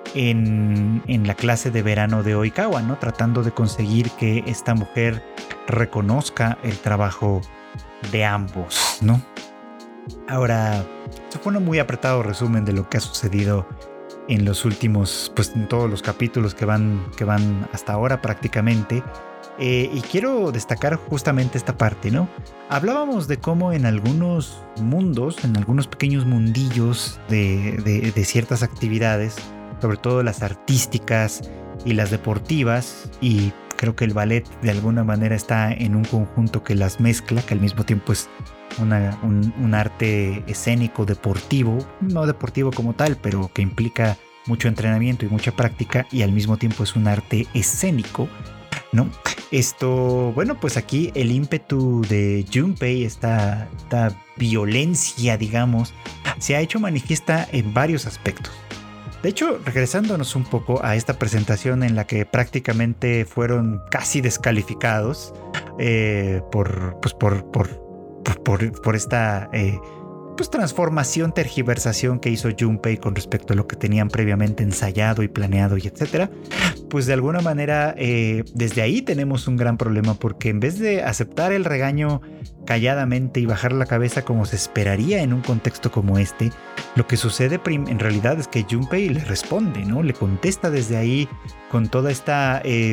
en, en la clase de verano de Oikawa, ¿no? Tratando de conseguir que esta mujer reconozca el trabajo de ambos, ¿no? Ahora, eso fue un muy apretado resumen de lo que ha sucedido en los últimos, pues en todos los capítulos que van, que van hasta ahora prácticamente. Eh, y quiero destacar justamente esta parte, ¿no? Hablábamos de cómo en algunos mundos, en algunos pequeños mundillos de, de, de ciertas actividades, sobre todo las artísticas y las deportivas, y creo que el ballet de alguna manera está en un conjunto que las mezcla, que al mismo tiempo es una, un, un arte escénico deportivo, no deportivo como tal, pero que implica mucho entrenamiento y mucha práctica, y al mismo tiempo es un arte escénico, ¿no? Esto, bueno, pues aquí el ímpetu de Junpei, esta, esta violencia, digamos, se ha hecho manifiesta en varios aspectos. De hecho, regresándonos un poco a esta presentación en la que prácticamente fueron casi descalificados eh, por, pues por, por, por, por, por esta eh, pues transformación, tergiversación que hizo Junpei con respecto a lo que tenían previamente ensayado y planeado y etcétera, pues de alguna manera eh, desde ahí tenemos un gran problema, porque en vez de aceptar el regaño calladamente y bajar la cabeza como se esperaría en un contexto como este, lo que sucede en realidad es que Junpei le responde, ¿no? Le contesta desde ahí con toda esta eh,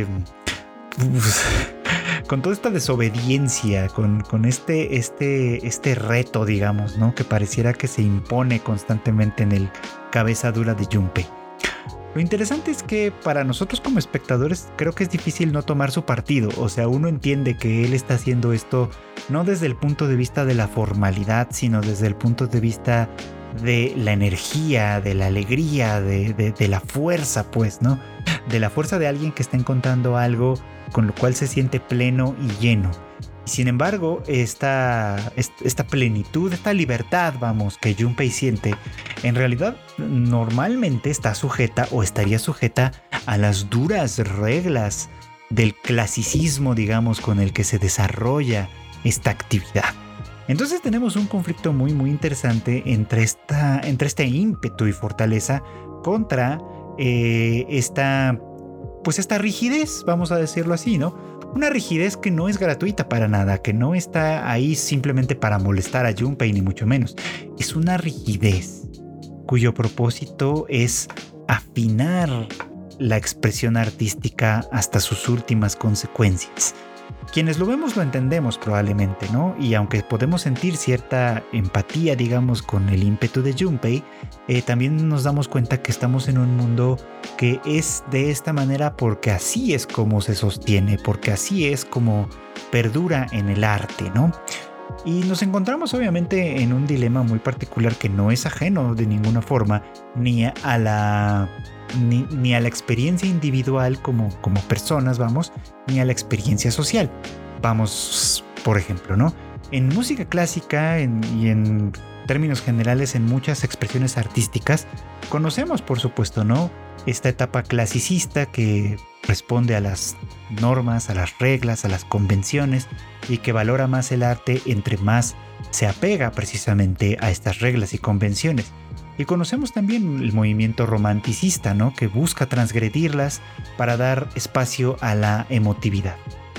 con toda esta desobediencia, con, con este, este, este reto, digamos, ¿no? Que pareciera que se impone constantemente en el cabeza dura de Junpei. Lo interesante es que para nosotros como espectadores creo que es difícil no tomar su partido. O sea, uno entiende que él está haciendo esto no desde el punto de vista de la formalidad, sino desde el punto de vista de la energía, de la alegría, de, de, de la fuerza, pues, ¿no? De la fuerza de alguien que está encontrando algo con lo cual se siente pleno y lleno. Y sin embargo, esta, esta plenitud, esta libertad, vamos, que Junpei siente, en realidad normalmente está sujeta o estaría sujeta a las duras reglas del clasicismo, digamos, con el que se desarrolla esta actividad. Entonces tenemos un conflicto muy muy interesante entre, esta, entre este ímpetu y fortaleza contra eh, esta, pues esta rigidez, vamos a decirlo así, ¿no? Una rigidez que no es gratuita para nada, que no está ahí simplemente para molestar a Junpei, ni mucho menos. Es una rigidez cuyo propósito es afinar la expresión artística hasta sus últimas consecuencias. quienes lo vemos lo entendemos probablemente, ¿no? Y aunque podemos sentir cierta empatía, digamos, con el ímpetu de Junpei, eh, también nos damos cuenta que estamos en un mundo que es de esta manera porque así es como se sostiene, porque así es como perdura en el arte, ¿no? Y nos encontramos obviamente en un dilema muy particular que no es ajeno de ninguna forma ni a la, ni, ni a la experiencia individual como, como personas, vamos, ni a la experiencia social. Vamos, por ejemplo, ¿no? En música clásica en, y en términos generales en muchas expresiones artísticas, conocemos, por supuesto, ¿no? Esta etapa clasicista que responde a las normas, a las reglas, a las convenciones y que valora más el arte entre más se apega precisamente a estas reglas y convenciones. Y conocemos también el movimiento romanticista, ¿no? Que busca transgredirlas para dar espacio a la emotividad.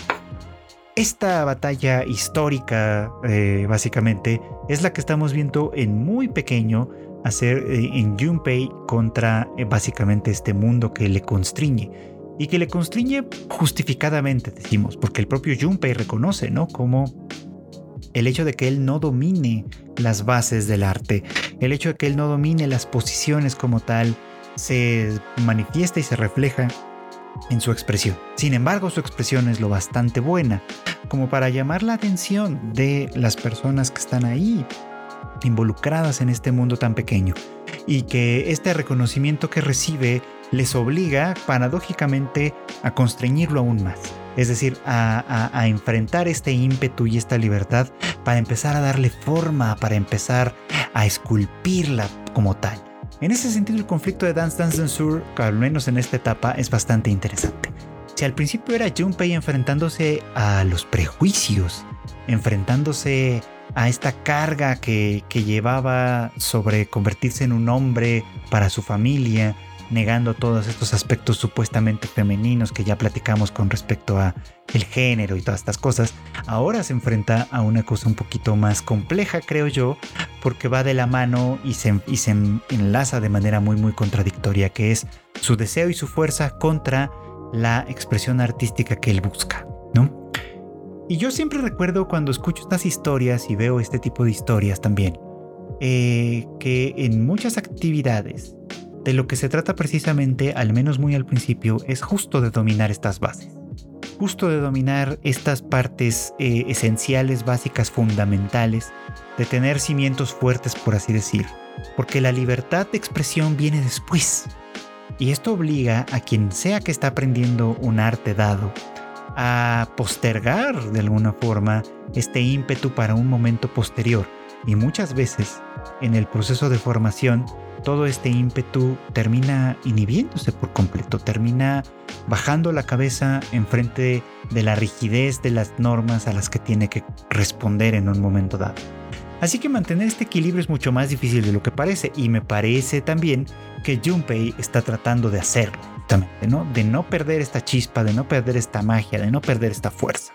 Esta batalla histórica, eh, básicamente, es la que estamos viendo en muy pequeño hacer eh, en Junpei contra eh, básicamente este mundo que le constriñe. Y que le constriñe justificadamente, decimos, porque el propio Junpei reconoce, ¿no? Como el hecho de que él no domine las bases del arte, el hecho de que él no domine las posiciones como tal, se manifiesta y se refleja en su expresión. Sin embargo, su expresión es lo bastante buena como para llamar la atención de las personas que están ahí involucradas en este mundo tan pequeño, y que este reconocimiento que recibe les obliga paradójicamente a constreñirlo aún más, es decir, a, a, a enfrentar este ímpetu y esta libertad para empezar a darle forma, para empezar a esculpirla como tal. En ese sentido, el conflicto de Dance Dance Danseur, al menos en esta etapa, es bastante interesante. Si al principio era Junpei enfrentándose a los prejuicios, enfrentándose a esta carga que, que llevaba sobre convertirse en un hombre para su familia, negando todos estos aspectos supuestamente femeninos que ya platicamos con respecto a el género y todas estas cosas, ahora se enfrenta a una cosa un poquito más compleja, creo yo, porque va de la mano y se, y se enlaza de manera muy muy contradictoria, que es su deseo y su fuerza contra la expresión artística que él busca, ¿no? Y yo siempre recuerdo cuando escucho estas historias y veo este tipo de historias también, eh, que en muchas actividades de lo que se trata precisamente, al menos muy al principio, es justo de dominar estas bases, justo de dominar estas partes eh, esenciales, básicas, fundamentales, de tener cimientos fuertes, por así decir, porque la libertad de expresión viene después. Y esto obliga a quien sea que está aprendiendo un arte dado a postergar de alguna forma este ímpetu para un momento posterior. Y muchas veces en el proceso de formación todo este ímpetu termina inhibiéndose por completo, termina bajando la cabeza enfrente de la rigidez de las normas a las que tiene que responder en un momento dado. Así que mantener este equilibrio es mucho más difícil de lo que parece, y me parece también que Junpei está tratando de hacerlo, justamente, ¿no? De no perder esta chispa, de no perder esta magia, de no perder esta fuerza.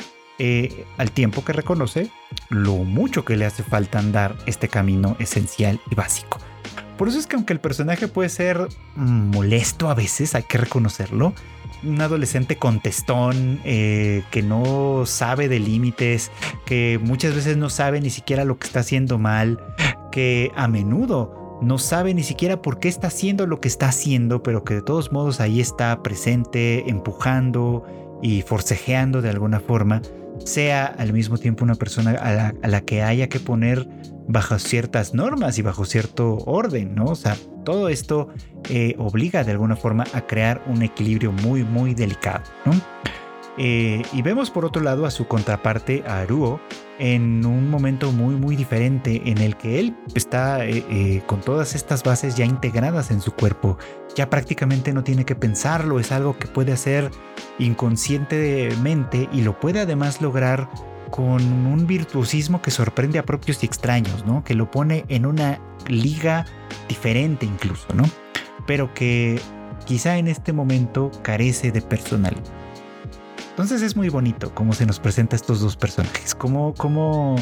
Eh, al tiempo que reconoce lo mucho que le hace falta andar este camino esencial y básico. Por eso es que aunque el personaje puede ser molesto a veces, hay que reconocerlo, un adolescente contestón eh, que no sabe de límites, que muchas veces no sabe ni siquiera lo que está haciendo mal, que a menudo no sabe ni siquiera por qué está haciendo lo que está haciendo, pero que de todos modos ahí está presente, empujando y forcejeando de alguna forma, sea al mismo tiempo una persona a la, a la que haya que poner bajo ciertas normas y bajo cierto orden, ¿no? O sea, todo esto eh, obliga de alguna forma a crear un equilibrio muy, muy delicado, ¿no? Eh, y vemos por otro lado a su contraparte, a Haruo, en un momento muy, muy diferente en el que él está eh, eh, con todas estas bases ya integradas en su cuerpo. Ya prácticamente no tiene que pensarlo, es algo que puede hacer inconscientemente y lo puede además lograr con un virtuosismo que sorprende a propios y extraños, ¿no? Que lo pone en una liga diferente incluso, ¿no? Pero que quizá en este momento carece de personalidad. Entonces es muy bonito cómo se nos presenta estos dos personajes, cómo, cómo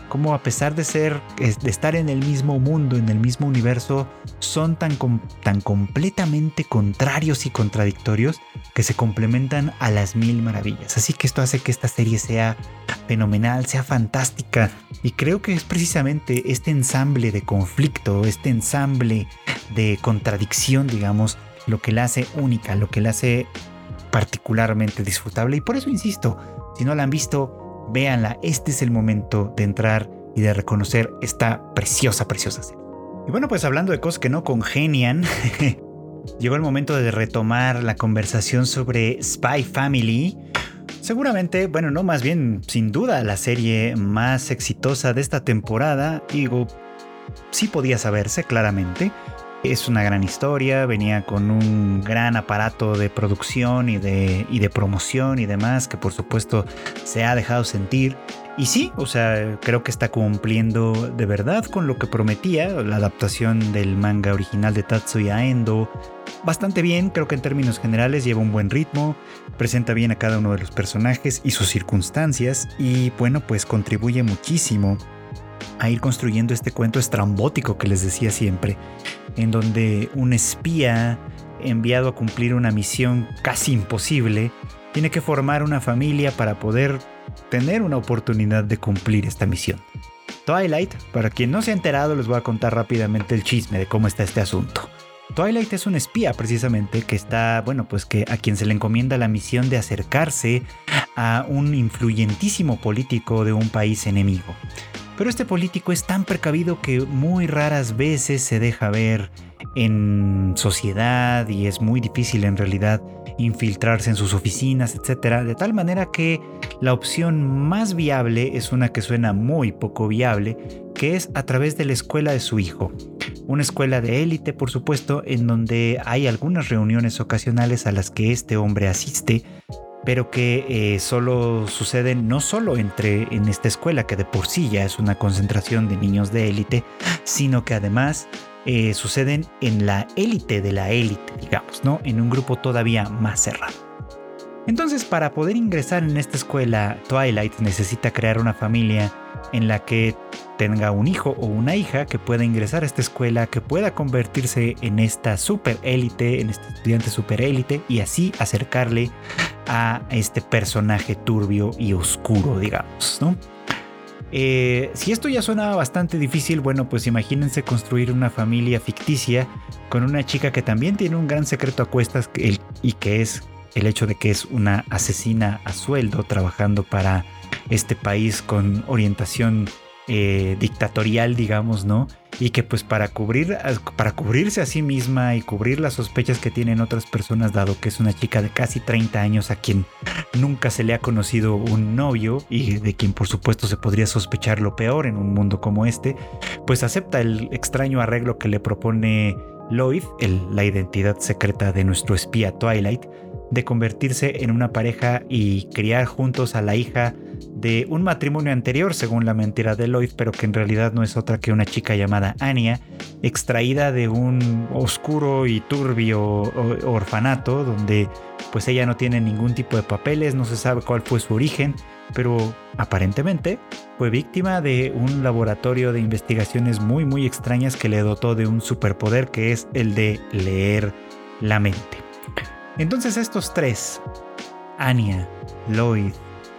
cómo a pesar de ser, de estar en el mismo mundo, en el mismo universo, son tan, tan completamente contrarios y contradictorios que se complementan a las mil maravillas. Así que esto hace que esta serie sea fenomenal, sea fantástica, y creo que es precisamente este ensamble de conflicto, este ensamble de contradicción, digamos, lo que la hace única, lo que la hace particularmente disfrutable. Y por eso insisto, si no la han visto, véanla. Este es el momento de entrar y de reconocer esta preciosa, preciosa serie. Y bueno, pues hablando de cosas que no congenian, llegó el momento de retomar la conversación sobre Spy Family. Seguramente, bueno, no, más bien, sin duda, la serie más exitosa de esta temporada. Digo, sí podía saberse claramente. Es una gran historia, venía con un gran aparato de producción y de, y de promoción y demás, que por supuesto se ha dejado sentir. Y sí, o sea, creo que está cumpliendo de verdad con lo que prometía. La adaptación del manga original de Tatsuya Endo, bastante bien, creo que en términos generales lleva un buen ritmo, presenta bien a cada uno de los personajes y sus circunstancias, y bueno, pues contribuye muchísimo a ir construyendo este cuento estrambótico que les decía siempre, en donde un espía enviado a cumplir una misión casi imposible tiene que formar una familia para poder tener una oportunidad de cumplir esta misión. Twilight, para quien no se ha enterado, les voy a contar rápidamente el chisme de cómo está este asunto. Twilight es un espía precisamente que está, bueno, pues que a quien se le encomienda la misión de acercarse a un influyentísimo político de un país enemigo. Pero este político es tan precavido que muy raras veces se deja ver en sociedad y es muy difícil en realidad infiltrarse en sus oficinas, etcétera. De tal manera que la opción más viable es una que suena muy poco viable, que es a través de la escuela de su hijo. Una escuela de élite, por supuesto, en donde hay algunas reuniones ocasionales a las que este hombre asiste, pero que eh, solo suceden no solo entre en esta escuela, que de por sí ya es una concentración de niños de élite, sino que además eh, suceden en la élite de la élite, digamos, ¿no? En un grupo todavía más cerrado. Entonces, para poder ingresar en esta escuela, Twilight necesita crear una familia en la que tenga un hijo o una hija que pueda ingresar a esta escuela, que pueda convertirse en esta super élite, en este estudiante super élite, y así acercarle a este personaje turbio y oscuro, digamos, ¿no? Eh, si esto ya suena bastante difícil, bueno, pues imagínense construir una familia ficticia con una chica que también tiene un gran secreto a cuestas y que es el hecho de que es una asesina a sueldo trabajando para este país con orientación eh, dictatorial, digamos, ¿no? Y que pues para cubrir para cubrirse a sí misma y cubrir las sospechas que tienen otras personas, dado que es una chica de casi treinta años a quien nunca se le ha conocido un novio y de quien por supuesto se podría sospechar lo peor en un mundo como este, pues acepta el extraño arreglo que le propone Lloyd, el, la identidad secreta de nuestro espía Twilight, de convertirse en una pareja y criar juntos a la hija de un matrimonio anterior, según la mentira de Lloyd, pero que en realidad no es otra que una chica llamada Anya, extraída de un oscuro y turbio orfanato donde pues ella no tiene ningún tipo de papeles, no se sabe cuál fue su origen, pero aparentemente fue víctima de un laboratorio de investigaciones muy muy extrañas que le dotó de un superpoder que es el de leer la mente. Entonces estos tres, Anya, Lloyd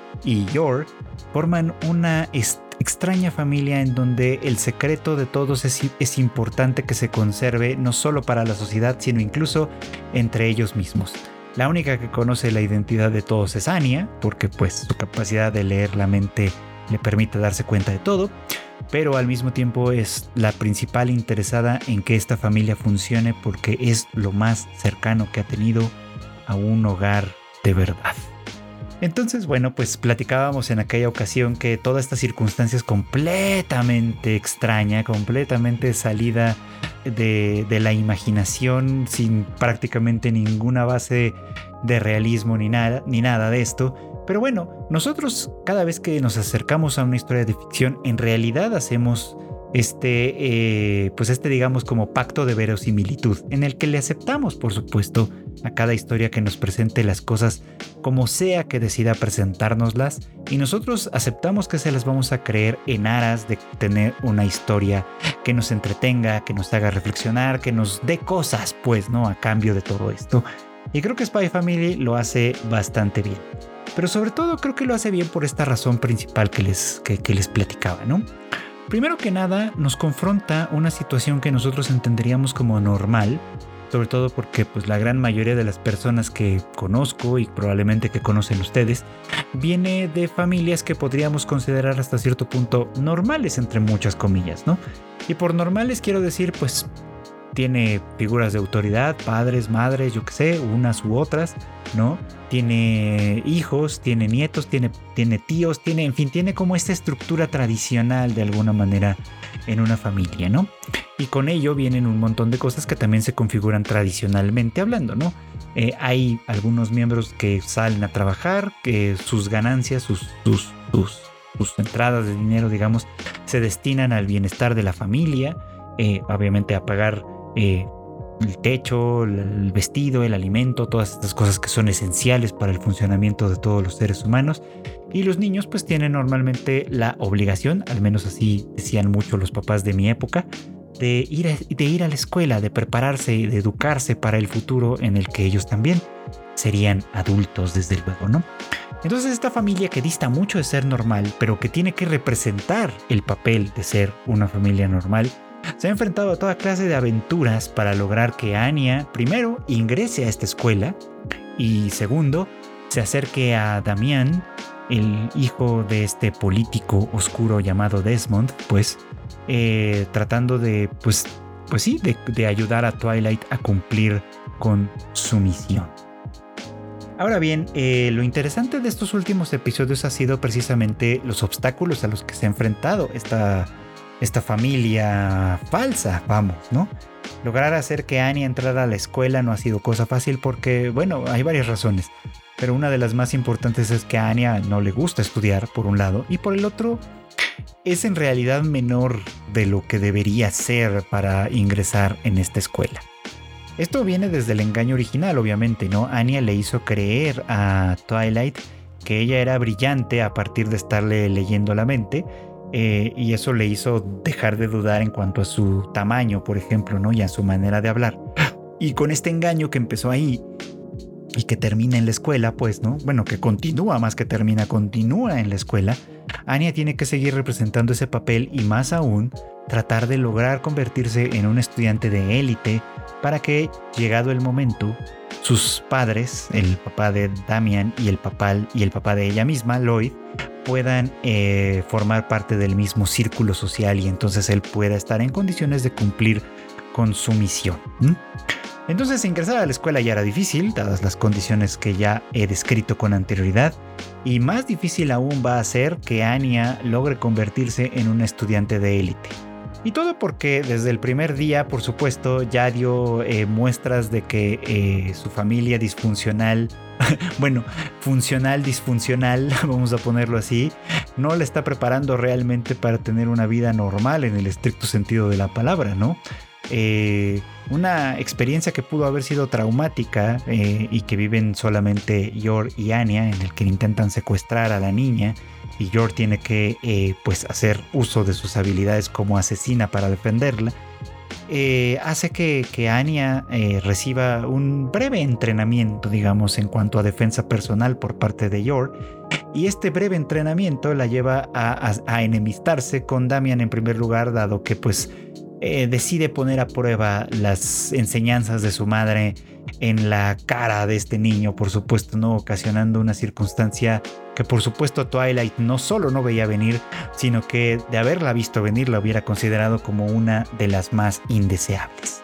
y Yor, forman una est- extraña familia en donde el secreto de todos es, es importante que se conserve no solo para la sociedad, sino incluso entre ellos mismos. La única que conoce la identidad de todos es Anya, porque pues su capacidad de leer la mente le permite darse cuenta de todo, pero al mismo tiempo es la principal interesada en que esta familia funcione porque es lo más cercano que ha tenido a un hogar de verdad. Entonces, bueno, pues platicábamos en aquella ocasión que toda esta circunstancia es completamente extraña, completamente salida de, de la imaginación, sin prácticamente ninguna base de realismo ni nada, ni nada de esto. Pero bueno, nosotros cada vez que nos acercamos a una historia de ficción, en realidad hacemos este, eh, pues este digamos como pacto de verosimilitud, en el que le aceptamos, por supuesto, a cada historia que nos presente las cosas como sea que decida presentárnoslas, y nosotros aceptamos que se las vamos a creer en aras de tener una historia que nos entretenga, que nos haga reflexionar, que nos dé cosas, pues, ¿no? A cambio de todo esto. Y creo que Spy Family lo hace bastante bien. Pero sobre todo creo que lo hace bien por esta razón principal que les, que, que les platicaba, ¿no? Primero que nada, nos confronta una situación que nosotros entenderíamos como normal, sobre todo porque pues, la gran mayoría de las personas que conozco y probablemente que conocen ustedes, viene de familias que podríamos considerar hasta cierto punto normales, entre muchas comillas, ¿no? Y por normales quiero decir, pues, tiene figuras de autoridad, padres, madres, yo qué sé, unas u otras, ¿no? Tiene hijos, tiene nietos, tiene, tiene tíos, tiene, en fin, tiene como esta estructura tradicional de alguna manera en una familia, ¿no? Y con ello vienen un montón de cosas que también se configuran tradicionalmente hablando, ¿no? Eh, hay algunos miembros que salen a trabajar, que sus ganancias, sus, sus, sus, sus entradas de dinero, digamos, se destinan al bienestar de la familia, eh, obviamente a pagar Eh, el techo, el vestido, el alimento, todas estas cosas que son esenciales para el funcionamiento de todos los seres humanos. Y los niños pues tienen normalmente la obligación, al menos así decían mucho los papás de mi época, de ir a, de ir a la escuela, de prepararse, de educarse para el futuro en el que ellos también serían adultos, desde luego, ¿no? Entonces esta familia que dista mucho de ser normal, pero que tiene que representar el papel de ser una familia normal, se ha enfrentado a toda clase de aventuras para lograr que Anya, primero, ingrese a esta escuela y segundo, se acerque a Damian, el hijo de este político oscuro llamado Desmond, pues eh, tratando de, pues, pues sí, de, de ayudar a Twilight a cumplir con su misión. Ahora bien, eh, lo interesante de estos últimos episodios ha sido precisamente los obstáculos a los que se ha enfrentado esta esta familia falsa, vamos, ¿no? Lograr hacer que Anya entrara a la escuela no ha sido cosa fácil porque, bueno, hay varias razones, pero una de las más importantes es que a Anya no le gusta estudiar, por un lado, y por el otro, es en realidad menor de lo que debería ser para ingresar en esta escuela. Esto viene desde el engaño original, obviamente, ¿no? Anya le hizo creer a Twilight que ella era brillante a partir de estarle leyendo la mente, Eh, y eso le hizo dejar de dudar en cuanto a su tamaño, por ejemplo, ¿no? Y a su manera de hablar. Y con este engaño que empezó ahí y que termina en la escuela, pues, ¿no? Bueno, que continúa más que termina, continúa en la escuela. Anya tiene que seguir representando ese papel y más aún tratar de lograr convertirse en un estudiante de élite para que, llegado el momento, sus padres, el papá de Damian y el papá, y el papá de ella misma, Lloyd, puedan eh, formar parte del mismo círculo social y entonces él pueda estar en condiciones de cumplir con su misión. ¿Mm? Entonces ingresar a la escuela ya era difícil, dadas las condiciones que ya he descrito con anterioridad, y más difícil aún va a ser que Anya logre convertirse en una estudiante de élite. Y todo porque desde el primer día, por supuesto, ya dio eh, muestras de que eh, su familia disfuncional, bueno, funcional, disfuncional, vamos a ponerlo así, no le está preparando realmente para tener una vida normal en el estricto sentido de la palabra, ¿no? Eh, una experiencia que pudo haber sido traumática eh, y que viven solamente Yor y Anya, en el que intentan secuestrar a la niña y Yor tiene que eh, pues hacer uso de sus habilidades como asesina para defenderla, eh, hace que, que Anya eh, reciba un breve entrenamiento, digamos, en cuanto a defensa personal por parte de Yor, y este breve entrenamiento la lleva a, a, a enemistarse con Damian en primer lugar, dado que pues eh, decide poner a prueba las enseñanzas de su madre en la cara de este niño, por supuesto, no ocasionando una circunstancia que por supuesto Twilight no solo no veía venir, sino que de haberla visto venir la hubiera considerado como una de las más indeseables.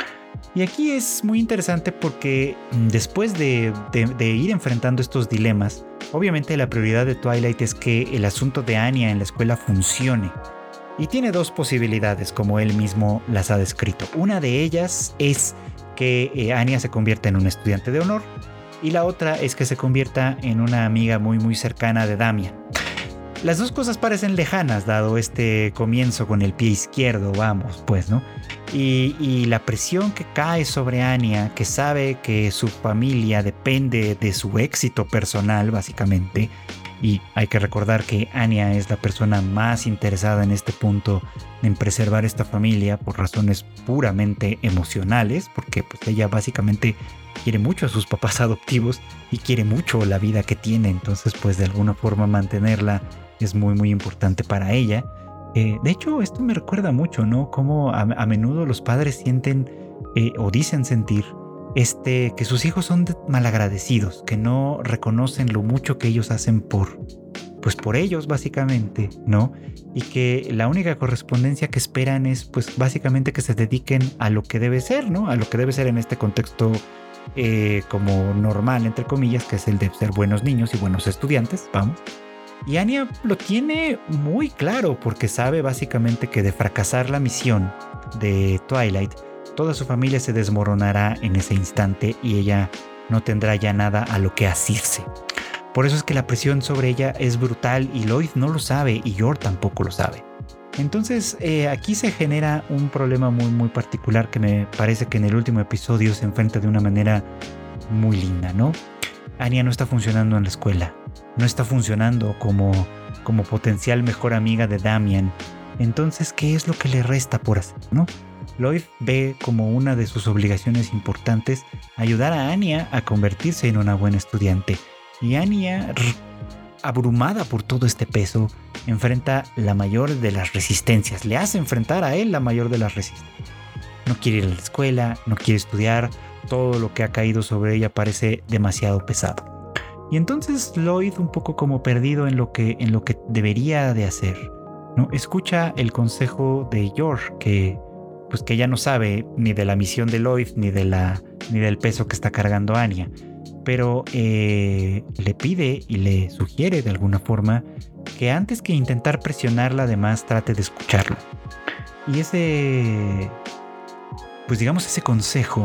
Y aquí es muy interesante porque después de, de, de ir enfrentando estos dilemas, obviamente la prioridad de Twilight es que el asunto de Anya en la escuela funcione. Y tiene dos posibilidades, como él mismo las ha descrito. Una de ellas es que eh, Anya se convierta en un estudiante de honor, y la otra es que se convierta en una amiga muy muy cercana de Damian. las dos cosas parecen lejanas, dado este comienzo con el pie izquierdo, vamos, pues, ¿no? Y, y la presión que cae sobre Anya, que sabe que su familia depende de su éxito personal, básicamente. Y hay que recordar que Anya es la persona más interesada en este punto en preservar esta familia por razones puramente emocionales, porque pues ella básicamente quiere mucho a sus papás adoptivos y quiere mucho la vida que tiene, entonces pues de alguna forma mantenerla es muy muy importante para ella. Eh, de hecho, esto me recuerda mucho, ¿no? Cómo a, a menudo los padres sienten eh, o dicen sentir este, que sus hijos son malagradecidos, que no reconocen lo mucho que ellos hacen por, pues por ellos básicamente, ¿no? Y que la única correspondencia que esperan es pues básicamente que se dediquen a lo que debe ser, ¿no? A lo que debe ser en este contexto eh, como normal, entre comillas, que es el de ser buenos niños y buenos estudiantes, vamos. Y Anya lo tiene muy claro porque sabe básicamente que de fracasar la misión de Twilight, toda su familia se desmoronará en ese instante y ella no tendrá ya nada a lo que asirse. Por eso es que la presión sobre ella es brutal y Lloyd no lo sabe y Yor tampoco lo sabe. Entonces eh, aquí se genera un problema muy muy particular que me parece que en el último episodio se enfrenta de una manera muy linda, ¿no? Anya no está funcionando en la escuela, no está funcionando como, como potencial mejor amiga de Damian. Entonces, ¿qué es lo que le resta por hacer, no? Lloyd ve como una de sus obligaciones importantes ayudar a Anya a convertirse en una buena estudiante. Y Anya, abrumada por todo este peso, enfrenta la mayor de las resistencias. Le hace enfrentar a él la mayor de las resistencias. No quiere ir a la escuela, no quiere estudiar. Todo lo que ha caído sobre ella parece demasiado pesado. Y entonces Lloyd, un poco como perdido en lo que, en lo que debería de hacer, ¿no? Escucha el consejo de Yor, que pues que ella no sabe ni de la misión de Lloyd ni de la ni del peso que está cargando Anya, pero eh, le pide y le sugiere de alguna forma que antes que intentar presionarla, además trate de escucharla. Y ese, pues digamos ese consejo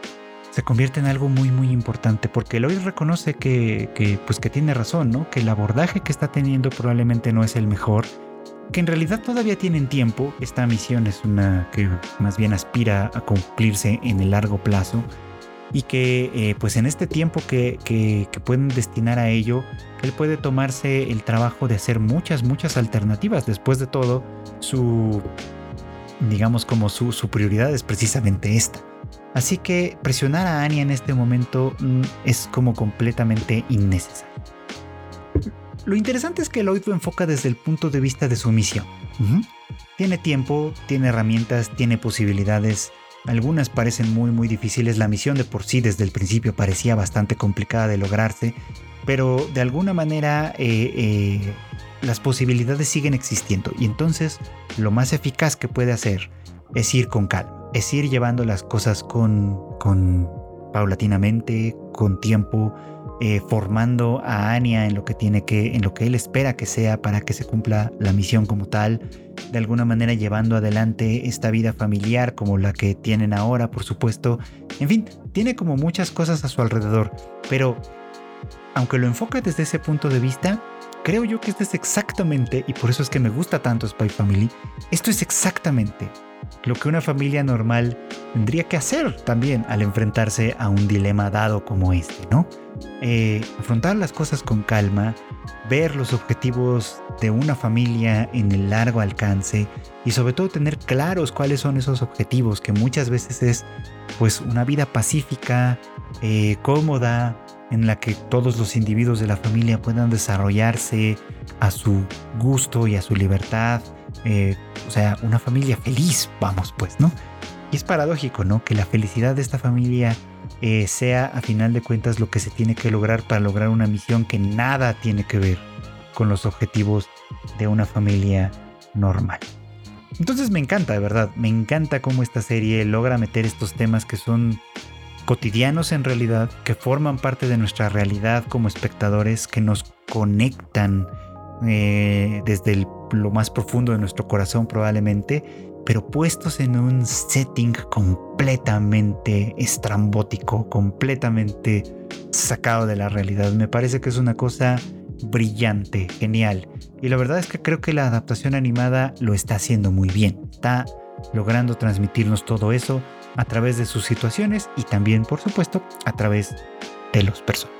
se convierte en algo muy muy importante porque Lloyd reconoce que, que, pues que tiene razón, ¿no? Que el abordaje que está teniendo probablemente no es el mejor, que en realidad todavía tienen tiempo. Esta misión es una que más bien aspira a cumplirse en el largo plazo y que eh, pues en este tiempo que, que, que pueden destinar a ello, él puede tomarse el trabajo de hacer muchas muchas alternativas. Después de todo, su digamos como su, su prioridad es precisamente esta. Así que presionar a Anya en este momento mm, es como completamente innecesario. Lo interesante es que Lloyd lo enfoca desde el punto de vista de su misión. Uh-huh. Tiene tiempo, tiene herramientas, tiene posibilidades. Algunas parecen muy muy difíciles. La misión de por sí desde el principio parecía bastante complicada de lograrse, pero de alguna manera eh, eh, las posibilidades siguen existiendo. Y entonces lo más eficaz que puede hacer es ir con calma. Es ir llevando las cosas con, con paulatinamente, con tiempo, eh, formando a Anya en lo que tiene que, en lo que él espera que sea para que se cumpla la misión como tal, de alguna manera llevando adelante esta vida familiar como la que tienen ahora, por supuesto. En fin, tiene como muchas cosas a su alrededor, pero aunque lo enfoca desde ese punto de vista, creo yo que este es exactamente, y por eso es que me gusta tanto Spy Family, esto es exactamente lo que una familia normal tendría que hacer también al enfrentarse a un dilema dado como este, ¿no? Eh, afrontar las cosas con calma, ver los objetivos de una familia en el largo alcance y sobre todo tener claros cuáles son esos objetivos, que muchas veces es pues una vida pacífica, eh, cómoda, en la que todos los individuos de la familia puedan desarrollarse a su gusto y a su libertad. Eh, o sea, una familia feliz, vamos pues, ¿no? Y es paradójico, ¿no? Que la felicidad de esta familia eh, sea a final de cuentas lo que se tiene que lograr para lograr una misión que nada tiene que ver con los objetivos de una familia normal. Entonces me encanta, de verdad, me encanta cómo esta serie logra meter estos temas que son cotidianos en realidad, que forman parte de nuestra realidad como espectadores, que nos conectan eh, desde el, lo más profundo de nuestro corazón probablemente, pero puestos en un setting completamente estrambótico, completamente sacado de la realidad. Me parece que es una cosa brillante, genial. Y la verdad es que creo que la adaptación animada lo está haciendo muy bien. Está logrando transmitirnos todo eso a través de sus situaciones y también, por supuesto, a través de los personajes.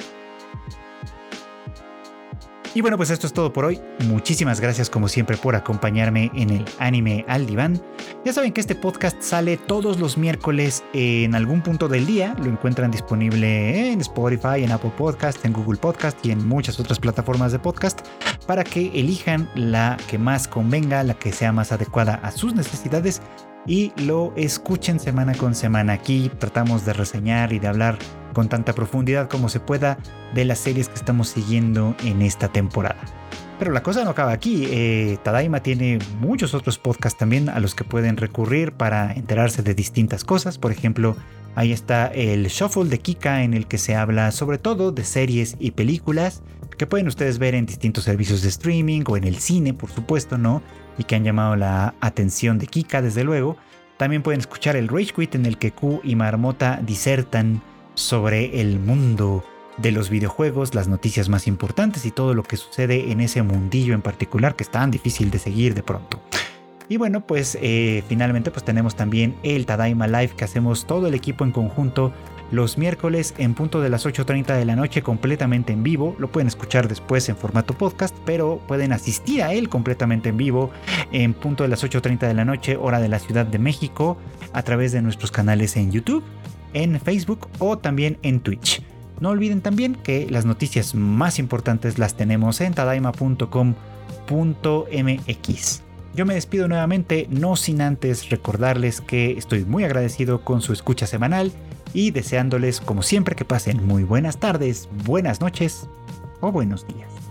Y bueno, pues esto es todo por hoy. Muchísimas gracias como siempre por acompañarme en el Anime al Diván. Ya saben que este podcast sale todos los miércoles en algún punto del día. Lo encuentran disponible en Spotify, en Apple Podcast, en Google Podcast y en muchas otras plataformas de podcast para que elijan la que más convenga, la que sea más adecuada a sus necesidades y lo escuchen semana con semana. Aquí tratamos de reseñar y de hablar con tanta profundidad como se pueda de las series que estamos siguiendo en esta temporada. Pero la cosa no acaba aquí. Eh, Tadaima tiene muchos otros podcasts también a los que pueden recurrir para enterarse de distintas cosas. Por ejemplo, ahí está el Shuffle de Kika, en el que se habla sobre todo de series y películas que pueden ustedes ver en distintos servicios de streaming o en el cine, por supuesto, ¿no? Y que han llamado la atención de Kika, desde luego. También pueden escuchar el Rage Quit, en el que Q y Marmota disertan sobre el mundo de los videojuegos, las noticias más importantes y todo lo que sucede en ese mundillo en particular que es tan difícil de seguir de pronto. Y bueno, pues eh, finalmente pues tenemos también el Tadaima Live, que hacemos todo el equipo en conjunto los miércoles en punto de las ocho treinta de la noche, completamente en vivo. Lo pueden escuchar después en formato podcast, pero pueden asistir a él completamente en vivo en punto de las ocho treinta de la noche, hora de la Ciudad de México, a través de nuestros canales en YouTube, en Facebook o también en Twitch. No olviden también que las noticias más importantes las tenemos en tadaima punto com punto m x. Yo me despido nuevamente, no sin antes recordarles que estoy muy agradecido con su escucha semanal y deseándoles, como siempre, que pasen muy buenas tardes, buenas noches o buenos días.